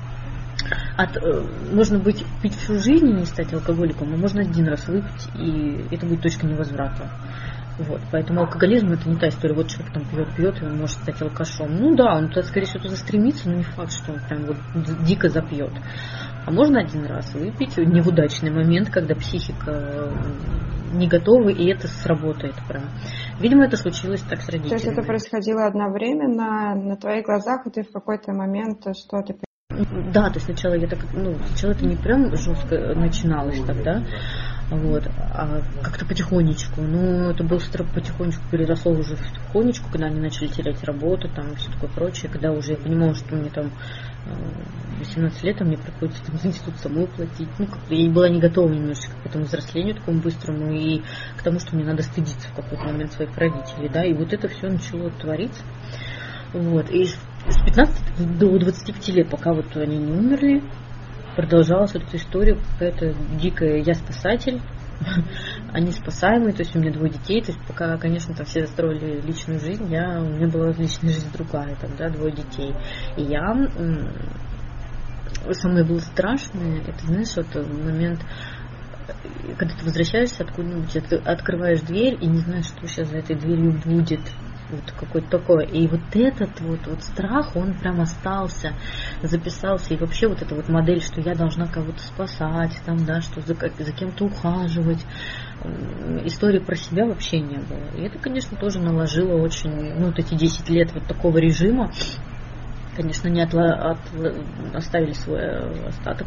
можно пить всю жизнь и не стать алкоголиком, а можно один раз выпить, и это будет точка невозврата. Вот, поэтому алкоголизм это не та история, вот человек там пьет, и он может стать алкашом. Ну да, он туда, скорее всего, туда стремится, но не факт, что он прям вот дико запьет. А можно один раз выпить, не в удачный момент, когда психика не готова, и это сработает прям. Видимо, это случилось так с родителями. То есть это происходило одновременно на твоих глазах, и ты в какой-то момент что-то... Да, то есть сначала сначала это не прям жестко начиналось тогда, вот, а как-то потихонечку. Но это быстро потихонечку переросло уже в тихонечку, когда они начали терять работу, там и все такое прочее, когда уже я понимала, что мне там 18 лет, а мне приходится там за институт самой платить. Я была не готова немножечко к этому взрослению такому быстрому и к тому, что мне надо стыдиться в какой-то момент своих родителей, да, и вот это все начало твориться. Вот, и с 15 до 25 лет, пока вот они не умерли, продолжалась вот эта история какая-то дикая. Я спасатель, они спасаемые, то есть у меня 2 детей, то есть пока, конечно, там все застроили личную жизнь, у меня была личная жизнь другая, там, да, 2 детей. И самое было страшное, это, знаешь, вот момент, когда ты возвращаешься откуда-нибудь, открываешь дверь и не знаешь, что сейчас за этой дверью будет. Вот какой-то такой. И вот этот вот страх, он прям остался, записался. И вообще вот эта вот модель, что я должна кого-то спасать, там, да, что за кем-то ухаживать. Истории про себя вообще не было. И это, конечно, тоже наложило очень, вот эти 10 лет вот такого режима, конечно, не оставили свой остаток.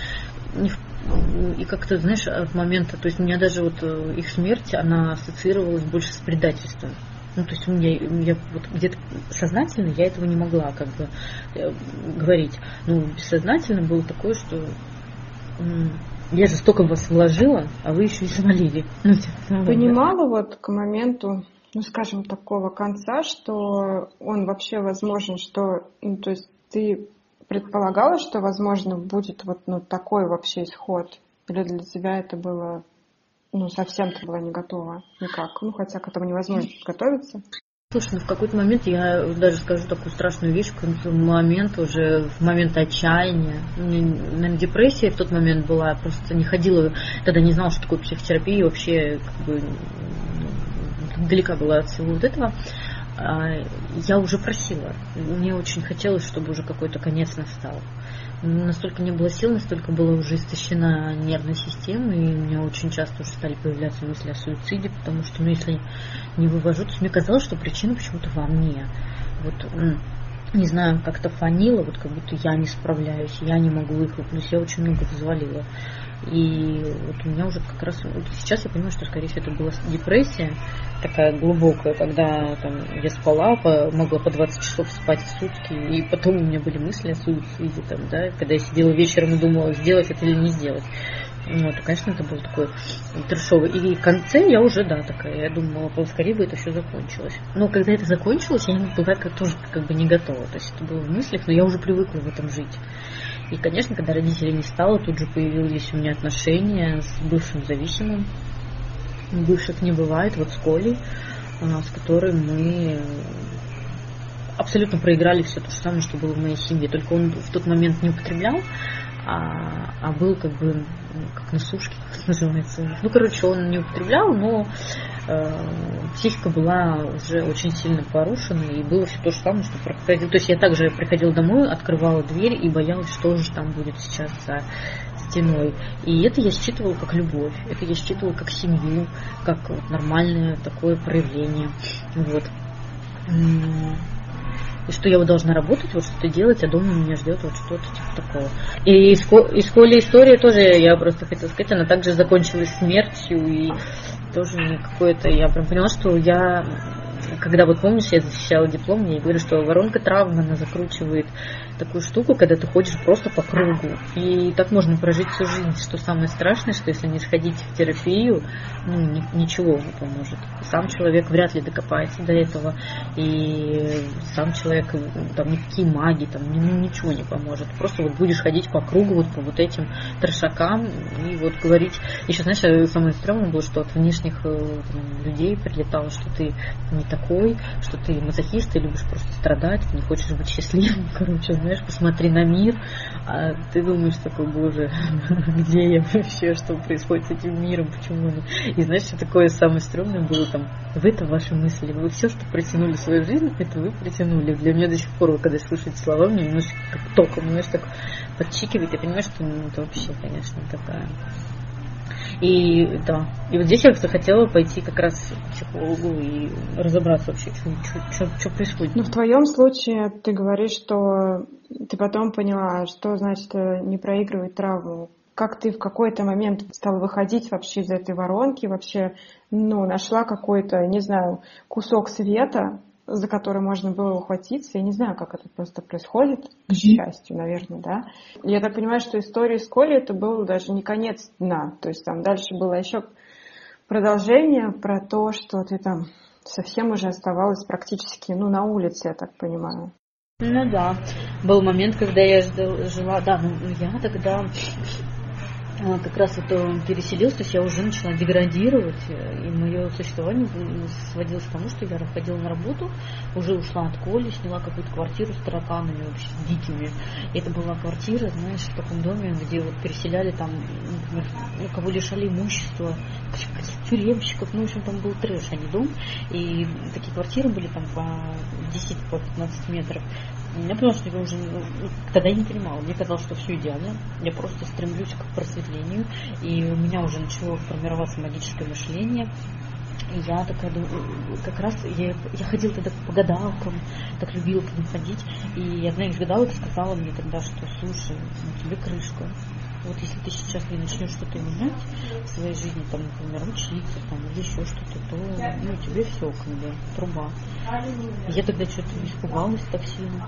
И как-то, знаешь, от момента, то есть у меня даже вот их смерть, она ассоциировалась больше с предательством. То есть у меня вот где-то сознательно я этого не могла как бы говорить. Бессознательно было такое, что я же столько в вас вложила, а вы еще и завалили. Понимала вот к моменту, скажем, такого конца, что он вообще возможен, что, то есть ты предполагала, что, возможно, будет вот такой вообще исход? Или для тебя это было... совсем ты была не готова никак. Хотя к этому невозможно подготовиться. Слушай, в какой-то момент я даже скажу такую страшную вещь, в момент отчаяния. Наверное, депрессия в тот момент была, я просто не ходила, тогда не знала, что такое психотерапия, вообще как бы далека была от всего вот этого. Я уже просила. Мне очень хотелось, чтобы уже какой-то конец настал. Настолько не было сил, настолько была уже истощена нервная система, и у меня очень часто уже стали появляться мысли о суициде, потому что, если не вывожу, то есть мне казалось, что причина почему-то во мне. Вот, не знаю, как-то фанило, вот как будто я не справляюсь, я не могу выхлопнуть, я очень много взвалила. И вот у меня уже как раз, сейчас я понимаю, что, скорее всего, это была депрессия такая глубокая, когда там, я спала, могла по 20 часов спать в сутки, и потом у меня были мысли о суициде, там, да, когда я сидела вечером и думала, сделать это или не сделать. Конечно, это был такой трешовый. И в конце я уже, такая, я думала, поскорее бы это все закончилось. Но когда это закончилось, я была тоже как бы не готова. То есть это было в мыслях, но я уже привыкла в этом жить. И, конечно, когда родителей не стало, тут же появились у меня отношения с бывшим зависимым. Бывших не бывает, вот с Колей. с которым мы абсолютно проиграли все то же самое, что было в моей семье. Только он в тот момент не употреблял, а был как бы как на сушке, как называется. Ну, короче, он не употреблял, но психика была уже очень сильно порушена, и было все то же самое, что проходило. То есть я также приходила домой, открывала дверь и боялась, что же там будет сейчас за стеной. И это я считывала как любовь, это я считывала как семью, как вот нормальное такое проявление. Вот. И что я вот должна работать, вот что-то делать, а дома меня ждет вот что-то типа такого. И из Коли история тоже, я просто хотела сказать, она также закончилась смертью, и тоже не какое-то, я прям поняла, что я, когда вот помнишь, я защищала диплом, я говорю, что воронка травмы, она закручивает такую штуку, когда ты ходишь просто по кругу. И так можно прожить всю жизнь. Что самое страшное, что если не сходить в терапию, ничего не поможет. Сам человек вряд ли докопается до этого. И сам человек, там никакие маги, там ничего не поможет. Просто вот будешь ходить по кругу, вот по вот этим трешакам и вот говорить. Еще, знаешь, самое стрёмное было, что от внешних людей прилетало, что ты не такой, что ты мазохист, ты любишь просто страдать, ты не хочешь быть счастливым, короче, знаешь, посмотри на мир, а ты думаешь такой, боже, где я вообще, что происходит с этим миром, почему он... И знаешь, что такое самое стрёмное было там, это ваши мысли, вы все, что протянули в свою жизнь, это вы протянули. Для меня до сих пор, когда я слышу эти слова, мне немножко как током, знаешь, так подчикивает, я понимаю, что это вообще, конечно, такая... И да, и вот здесь я захотела пойти как раз к психологу и разобраться вообще, что происходит. Ну, в твоем случае ты говоришь, что ты потом поняла, что значит не проигрывать травму. Как ты в какой-то момент стала выходить вообще из этой воронки, вообще, нашла какой-то, не знаю, кусок света, за который можно было ухватиться. Я не знаю, как это просто происходит, к счастью, наверное, да. Я так понимаю, что история с Колей это был даже не конец дна. То есть там дальше было еще продолжение про то, что ты там совсем уже оставалась практически, на улице, я так понимаю. Ну да. Был момент, когда я жила, я тогда... как раз переселилась, то есть я уже начала деградировать, и мое существование сводилось к тому, что я ходила на работу, уже ушла от Коли, сняла какую-то квартиру с тараканами, вообще с дикими. И это была квартира, знаешь, в таком доме, где вот переселяли там, например, кого лишали имущества, тюремщиков, в общем, там был трэш, а не дом. И такие квартиры были там по 10-15 метров. Я поняла, что я уже тогда я не понимала. Мне казалось, что все идеально. Я просто стремлюсь к просветлению. И у меня уже начало формироваться магическое мышление. И я такая думаю, как раз я ходила тогда по гадалкам, так любила к ним ходить. И одна из гадалок сказала мне тогда, что слушай, тебе крышка. Вот если ты сейчас не начнешь что-то менять в своей жизни, там, например, учиться там, или еще что-то, то тебе все, труба. И я тогда что-то испугалась так сильно.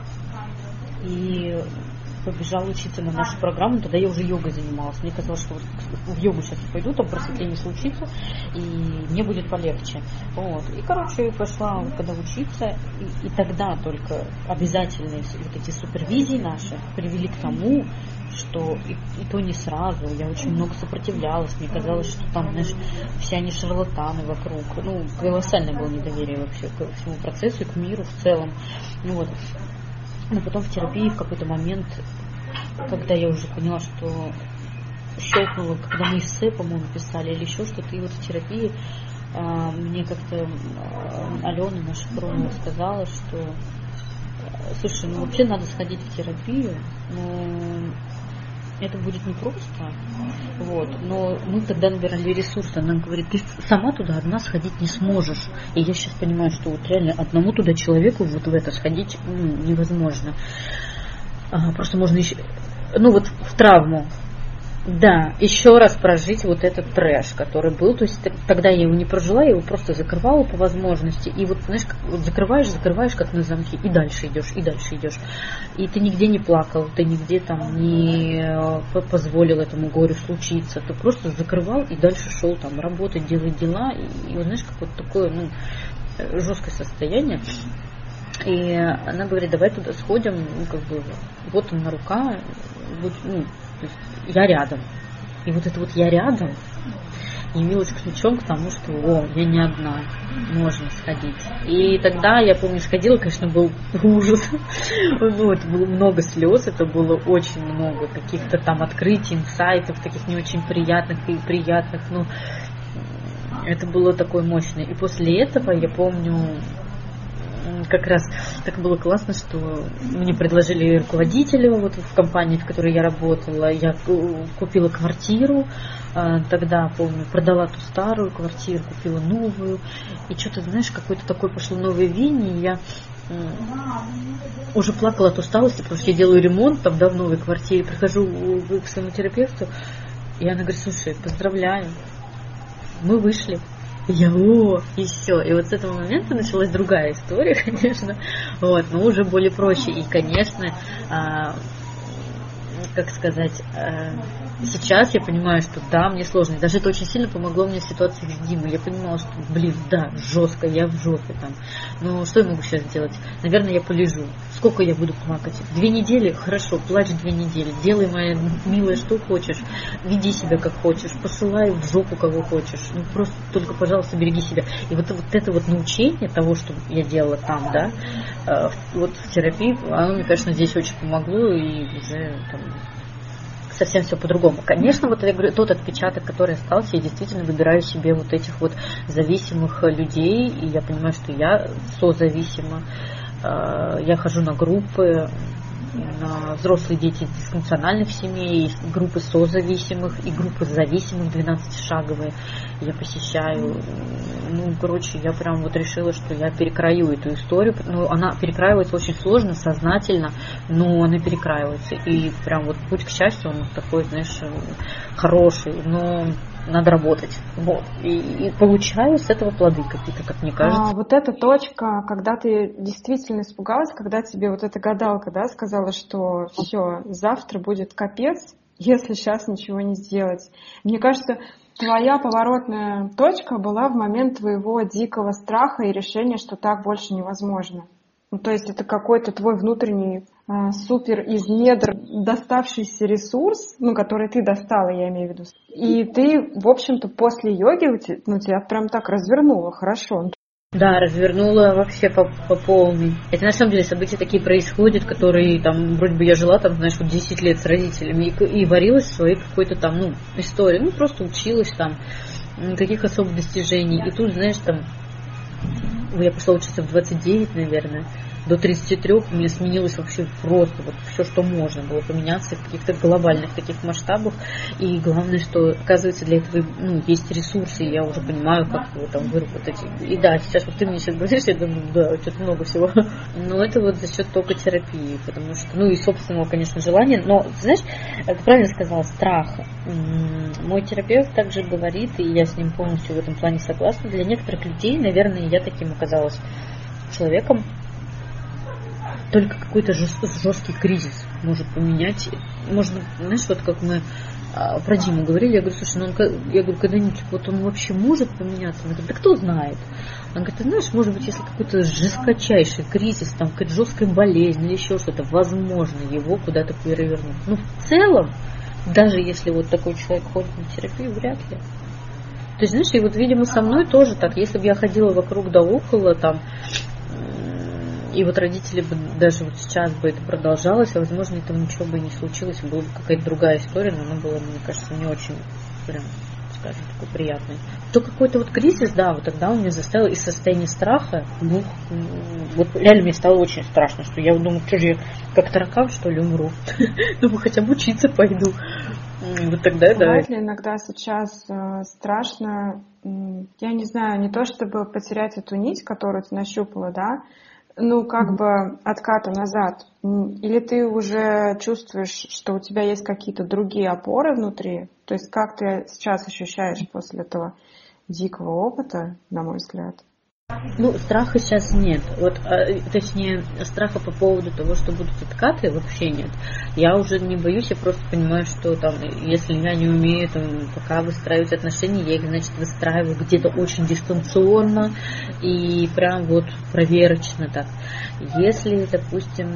И побежала учиться на нашу программу, тогда я уже йогой занималась. Мне казалось, что вот в йогу сейчас я пойду, там просветление случится, и мне будет полегче. Вот. И, короче, пошла когда учиться, и тогда только обязательные вот эти супервизии наши привели к тому, что и то не сразу, я очень много сопротивлялась, мне казалось, что там, знаешь, все они шарлатаны вокруг, колоссальное было недоверие вообще к всему процессу и к миру в целом. Вот. Но потом в терапии в какой-то момент, когда я уже поняла, что щелкнуло, когда мы эссе, по-моему, писали или еще что-то, и вот в терапии мне как-то Алена, наша Хромова, сказала, что слушай, вообще надо сходить в терапию, но это будет непросто, но мы тогда набирали ресурсы. Она говорит, ты сама туда одна сходить не сможешь. И я сейчас понимаю, что вот реально одному туда человеку вот в это сходить невозможно. Просто можно еще, в травму. Да, еще раз прожить вот этот трэш, который был. То есть тогда я его не прожила, я его просто закрывала по возможности. И вот, знаешь, закрываешь как на замке, и дальше идешь. И ты нигде не плакал, ты нигде там не позволил этому горю случиться. Ты просто закрывал и дальше шел там работать, делать дела. И вот, знаешь, как вот такое, жесткое состояние. И она говорит, давай туда сходим, вот она рука, то есть я рядом. И вот это вот я рядом, явилась ключом к тому, что я не одна, можно сходить. И тогда, я помню, сходила, конечно, был ужас. Ну, это было много слез, это было очень много каких-то там открытий, инсайтов, таких не очень приятных и приятных. Ну, это было такое мощное. И после этого, я помню, как раз так было классно, что мне предложили руководителя вот в компании, в которой я работала. Я купила квартиру, тогда, помню, продала ту старую квартиру, купила новую. И что-то, знаешь, какое-то такое пошло новое веяние. Я уже плакала от усталости, потому что я делаю ремонт там, да, в новой квартире. Прихожу к своему терапевту, и она говорит: слушай, поздравляю, мы вышли. Я, и все. И вот с этого момента началась другая история, конечно, вот, но уже более проще. И, конечно, как сказать, сейчас я понимаю, что да, мне сложно. Даже это очень сильно помогло мне в ситуации с Димой. Я понимала, что, да, жестко, я в жопе там. Но что я могу сейчас сделать? Наверное, я полежу. Сколько я буду плакать? 2 недели? Хорошо, плачь 2 недели. Делай, моя милая, что хочешь. Веди себя как хочешь. Посылай в жопу кого хочешь. Ну, просто только, пожалуйста, береги себя. И вот это вот научение того, что я делала там, да, вот в терапии, оно мне, конечно, здесь очень помогло. И уже там совсем все по-другому. Конечно, вот я говорю, тот отпечаток, который остался, я действительно выбираю себе вот этих вот зависимых людей, и я понимаю, что я созависима. Я хожу на группы, на взрослые дети дисфункциональных семей, группы созависимых и группы зависимых 12-шаговые я посещаю. Ну, короче, я прям вот решила, что я перекраю эту историю. Ну, она перекраивается очень сложно, сознательно, но она перекраивается. И прям вот путь к счастью, он такой, знаешь, хороший, но надо работать. Вот. И получаю с этого плоды какие-то, как мне кажется. Вот эта точка, когда ты действительно испугалась, когда тебе вот эта гадалка, да, сказала, что все, завтра будет капец, если сейчас ничего не сделать. Мне кажется, твоя поворотная точка была в момент твоего дикого страха и решения, что так больше невозможно. Ну, то есть это какой-то твой внутренний супер из недр доставшийся ресурс, ну, который ты достала, я имею в виду. И ты, в общем-то, после йоги, тебя прям так развернуло, хорошо. Да, развернула вообще по полной. Это на самом деле события такие происходят, которые там, вроде бы я жила там, знаешь, вот 10 лет с родителями и варилась в своей какой-то там, ну, истории. Ну, просто училась там, никаких особых достижений. И тут, знаешь, там, я пошла учиться в 29, наверное. До 33 у меня сменилось вообще просто вот все, что можно было поменяться в каких-то глобальных таких масштабах. И главное, что, оказывается, для этого есть ресурсы, и я уже понимаю, как его там выработать. И да, сейчас вот ты мне сейчас говоришь, я думаю, да, что-то много всего. Но это вот за счет только терапии, потому что, и собственного, конечно, желания. Но, знаешь, ты правильно сказала, страх. Мой терапевт также говорит, и я с ним полностью в этом плане согласна, для некоторых людей, наверное, я таким оказалась человеком. Только какой-то жесткий кризис может поменять. Можно, знаешь, вот как мы про Диму говорили, я говорю, слушай, я говорю, когда-нибудь вот он вообще может поменяться? Он говорит, да кто знает? Он говорит, ты знаешь, может быть, если какой-то жесткочайший кризис, там какая-то жесткая болезнь или еще что-то, возможно, его куда-то перевернуть. Но в целом, даже если вот такой человек ходит на терапию, вряд ли. То есть, знаешь, и вот, видимо, со мной тоже так. Если бы я ходила вокруг да около, там, и вот родители бы даже вот сейчас бы это продолжалось, а возможно, этого ничего бы и не случилось, была бы какая-то другая история, но она была, мне кажется, не очень, прям, скажем, такой приятной. То какой-то вот кризис, да, вот тогда он меня заставил из состояния страха, вот реально мне стало очень страшно, что я думаю, что же я как таракан, что ли, умру? Думаю, хотя бы учиться пойду. Вот тогда, да. Бывает ли иногда сейчас страшно, я не знаю, не то чтобы потерять эту нить, которую ты нащупала, да, как бы отката назад? Или ты уже чувствуешь, что у тебя есть какие-то другие опоры внутри? То есть как ты сейчас ощущаешь после этого дикого опыта, на мой взгляд? Страха сейчас нет. Вот, точнее, страха по поводу того, что будут откаты, вообще нет. Я уже не боюсь, я просто понимаю, что там, если я не умею там, пока выстраивать отношения, я их, значит, выстраиваю где-то очень дистанционно и прям вот проверочно так. Если, допустим,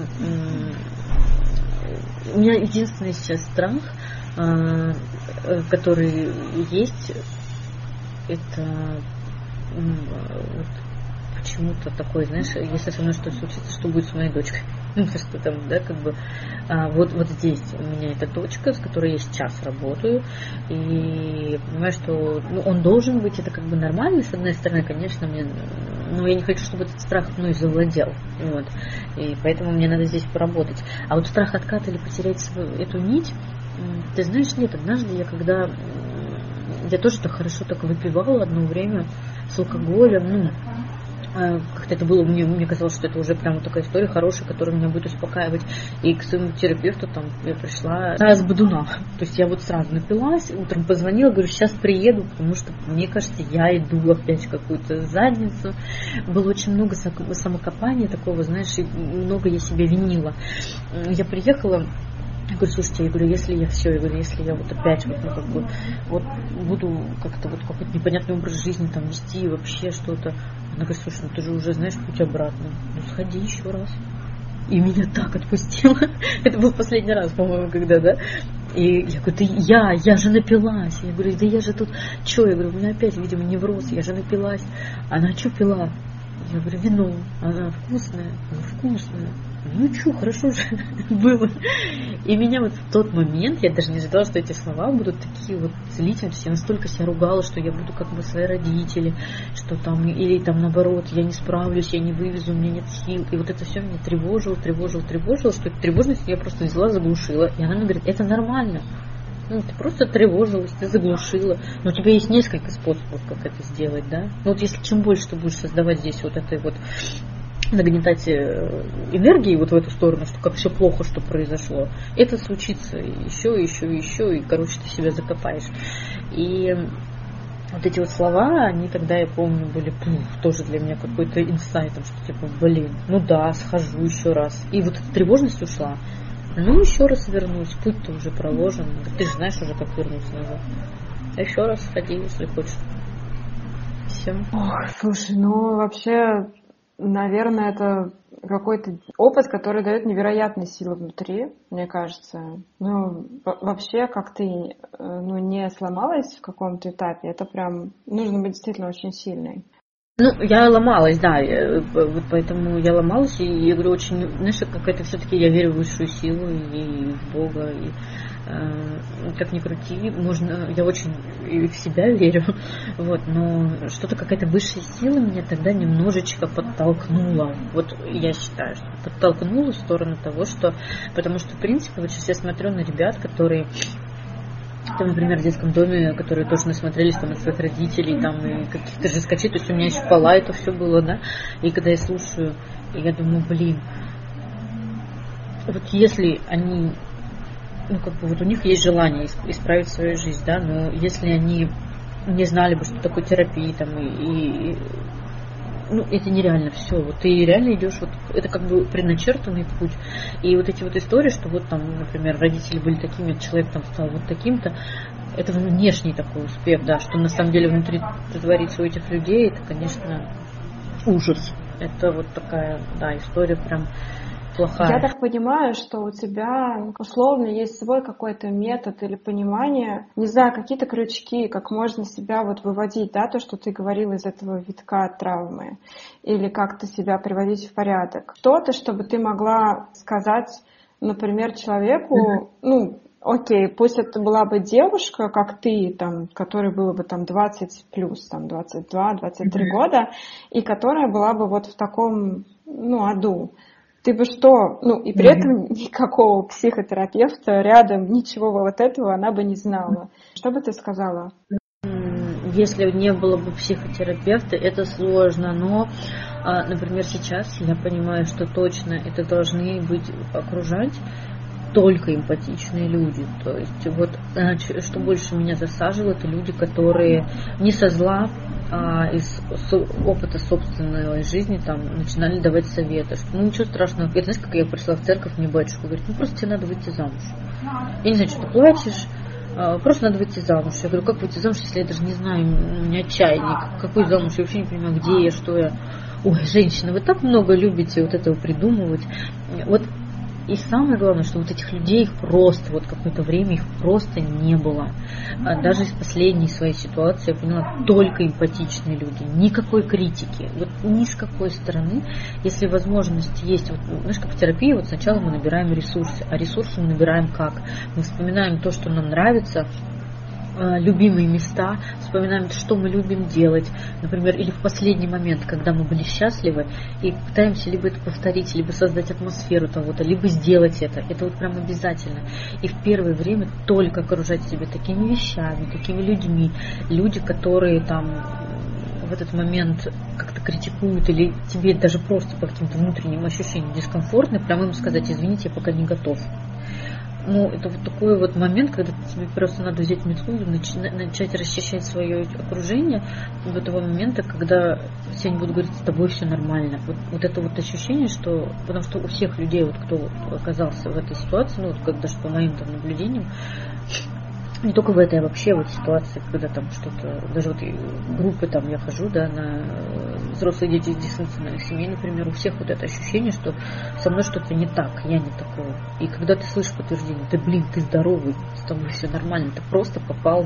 у меня единственный сейчас страх, который есть, это вот почему-то такой, знаешь, если со мной что-то случится, что будет с моей дочкой? Ну, что там, да, как бы, вот здесь у меня эта точка, с которой я сейчас работаю, и я понимаю, что он должен быть, это как бы нормально, с одной стороны, конечно, но я не хочу, чтобы этот страх мной завладел, вот, и поэтому мне надо здесь поработать. А вот страх отката или потерять эту нить, ты знаешь, нет, однажды я тоже так хорошо так выпивала одно время с алкоголем, как-то это было, мне казалось, что это уже прям такая история хорошая, которая меня будет успокаивать. И к своему терапевту там я пришла с бодуна. То есть я вот сразу напилась, утром позвонила, говорю, сейчас приеду, потому что, мне кажется, я иду опять в какую-то задницу. Было очень много самокопания такого, знаешь, и много я себя винила. Я приехала. Я говорю, слушайте, если я вот опять вот буду как-то вот какой-то непонятный образ жизни там вести, вообще что-то. Она говорит, слушай, ты же уже знаешь путь обратно. Сходи еще раз. И меня так отпустило. Это был последний раз, по-моему, когда, да? И я говорю, я же напилась. Я говорю, да я же тут, что? Я говорю, у меня опять, видимо, невроз, я же напилась. Она что пила? Я говорю, вино. Она вкусное. Вкусное. Хорошо же было. И меня вот в тот момент, я даже не ожидала, что эти слова будут такие вот целительные. Я настолько себя ругала, что я буду как бы свои родители, что там, или там наоборот, я не справлюсь, я не вывезу, у меня нет сил. И вот это все меня тревожило, что эту тревожность я просто взяла, заглушила. И она мне говорит, это нормально. Ты просто тревожилась, ты заглушила. Но у тебя есть несколько способов, как это сделать, да? Вот если чем больше ты будешь создавать здесь вот этой вот нагнетать энергии вот в эту сторону, что как все плохо, что произошло, это случится еще, и, короче, ты себя закопаешь. И вот эти вот слова, они тогда, я помню, были тоже для меня какой-то инсайтом, что типа, схожу еще раз. И вот эта тревожность ушла. Еще раз вернусь, путь-то уже проложен. Ты же знаешь уже, как вернуться назад. Еще раз сходи, если хочешь. Все. Ох, слушай, вообще... Наверное, это какой-то опыт, который дает невероятные силы внутри, мне кажется. Вообще, как ты не сломалась в каком-то этапе, это прям нужно быть действительно очень сильной. Я ломалась, да, вот поэтому я ломалась, и я говорю, очень, знаешь, какая-то все-таки я верю в высшую силу и в Бога, и как ни крути, я очень и в себя верю, вот, но что-то какая-то высшая сила меня тогда немножечко подтолкнула, вот я считаю, что подтолкнула в сторону того, что, потому что, в принципе, вот сейчас я смотрю на ребят, которые там, например, в детском доме, которые тоже насмотрелись там, на своих родителей, там, и каких-то жескачей, то есть у меня еще пола это все было, да, и когда я слушаю, я думаю, вот если они, вот у них есть желание исправить свою жизнь, да, но если они не знали бы, что такое терапия, там, это нереально все. Вот ты реально идешь, вот это как бы предначертанный путь. И вот эти вот истории, что вот там, например, родители были такими, человек там стал вот таким-то, это внешний такой успех, да, что на самом деле внутри творится у этих людей, это, конечно, ужас. Это вот такая, да, история прям плохая. Я так понимаю, что у тебя условно есть свой какой-то метод или понимание, не знаю, какие-то крючки, как можно себя вот выводить, да, то, что ты говорила из этого витка травмы, или как-то себя приводить в порядок. Что-то, чтобы ты могла сказать, например, человеку, окей, пусть это была бы девушка, как ты, там, которой было бы там 20 плюс, там, 22-23 года, и которая была бы вот в таком, аду. Ты бы что? И при этом никакого психотерапевта рядом, ничего вот этого она бы не знала. Что бы ты сказала? Если не было бы психотерапевта, это сложно, но, например, сейчас я понимаю, что точно это должны быть окружать только эмпатичные люди. То есть вот что больше меня засаживало, это люди, которые не со зла, а из опыта собственной жизни там начинали давать советы, что ничего страшного. Это знаешь, как я пришла в церковь, мне батюшка говорит, просто тебе надо выйти замуж. Я не знаю, что ты плачешь, просто надо выйти замуж. Я говорю, как выйти замуж, если я даже не знаю, у меня чайник, какой замуж, я вообще не понимаю, где я, что я. Ой, женщина, вы так много любите вот этого придумывать. Вот И самое главное, что вот этих людей, их просто, вот какое-то время их просто не было. Даже из последней своей ситуации я поняла, только эмпатичные люди, никакой критики, вот ни с какой стороны. Если возможность есть, вот, знаешь, как в терапии, вот сначала мы набираем ресурсы, а ресурсы мы набираем как? Мы вспоминаем то, что нам нравится, любимые места, вспоминаем, что мы любим делать, например, или в последний момент, когда мы были счастливы, и пытаемся либо это повторить, либо создать атмосферу того-то, либо сделать это. Это вот прям обязательно. И в первое время только окружать себя такими вещами, такими людьми, люди, которые там в этот момент как-то критикуют или тебе даже просто по каким-то внутренним ощущениям дискомфортно, прямо им сказать: извините, я пока не готов. Ну, это вот такой вот момент, когда тебе просто надо взять метлу и начать расчищать свое окружение до того момента, когда все не будут говорить: с тобой все нормально. Вот это вот ощущение, что, потому что у всех людей, вот, кто оказался в этой ситуации, ну, вот как даже по моим там наблюдениям, не только в этой, а вообще вот ситуации, когда там что-то, даже вот группы там я хожу, да, на взрослые дети из дисфункциональных семей, например, у всех вот это ощущение, что со мной что-то не так, я не такой. И когда ты слышишь подтверждение: да блин, ты здоровый, с тобой все нормально, ты просто попал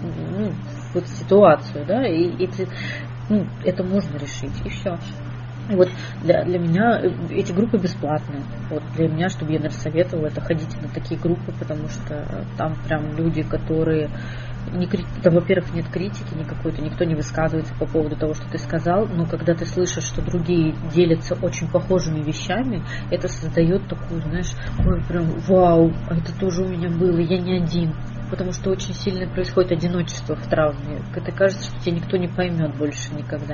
в вот ситуацию, да, и ты, это можно решить, и все. И вот для меня эти группы бесплатные. Вот для меня, чтобы я, наверное, советовала, это ходите на такие группы, потому что там прям люди, которые... Там, во-первых, нет критики никакой-то, никто не высказывается по поводу того, что ты сказал, но когда ты слышишь, что другие делятся очень похожими вещами, это создает такую, знаешь, ой, прям вау, а это тоже у меня было, я не один. Потому что очень сильно происходит одиночество в травме. Это кажется, что тебя никто не поймет больше никогда.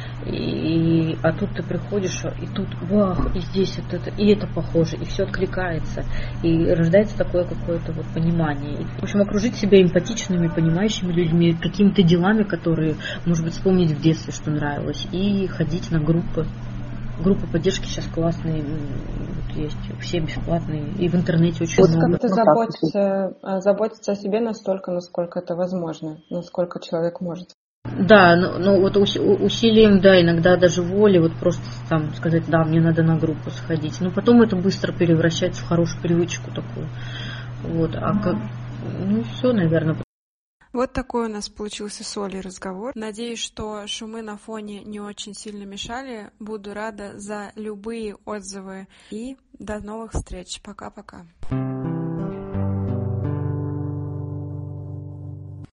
А тут ты приходишь, и тут вах, и здесь вот это, и это похоже, и все откликается. И рождается такое какое-то вот понимание. В общем, окружить себя эмпатичными, понимающими людьми, какими-то делами, которые, может быть, вспомнить в детстве, что нравилось, и ходить на группы. Группы поддержки сейчас классные, вот есть все бесплатные, и в интернете очень много. Вот как-то заботиться о себе настолько, насколько это возможно, насколько человек может. Да, но вот усилием, да, иногда даже воли, вот просто там сказать: да, мне надо на группу сходить. Но потом это быстро превращается в хорошую привычку такую. Вот, все, наверное. Вот такой у нас получился с Олей разговор. Надеюсь, что шумы на фоне не очень сильно мешали. Буду рада за любые отзывы. И до новых встреч. Пока-пока.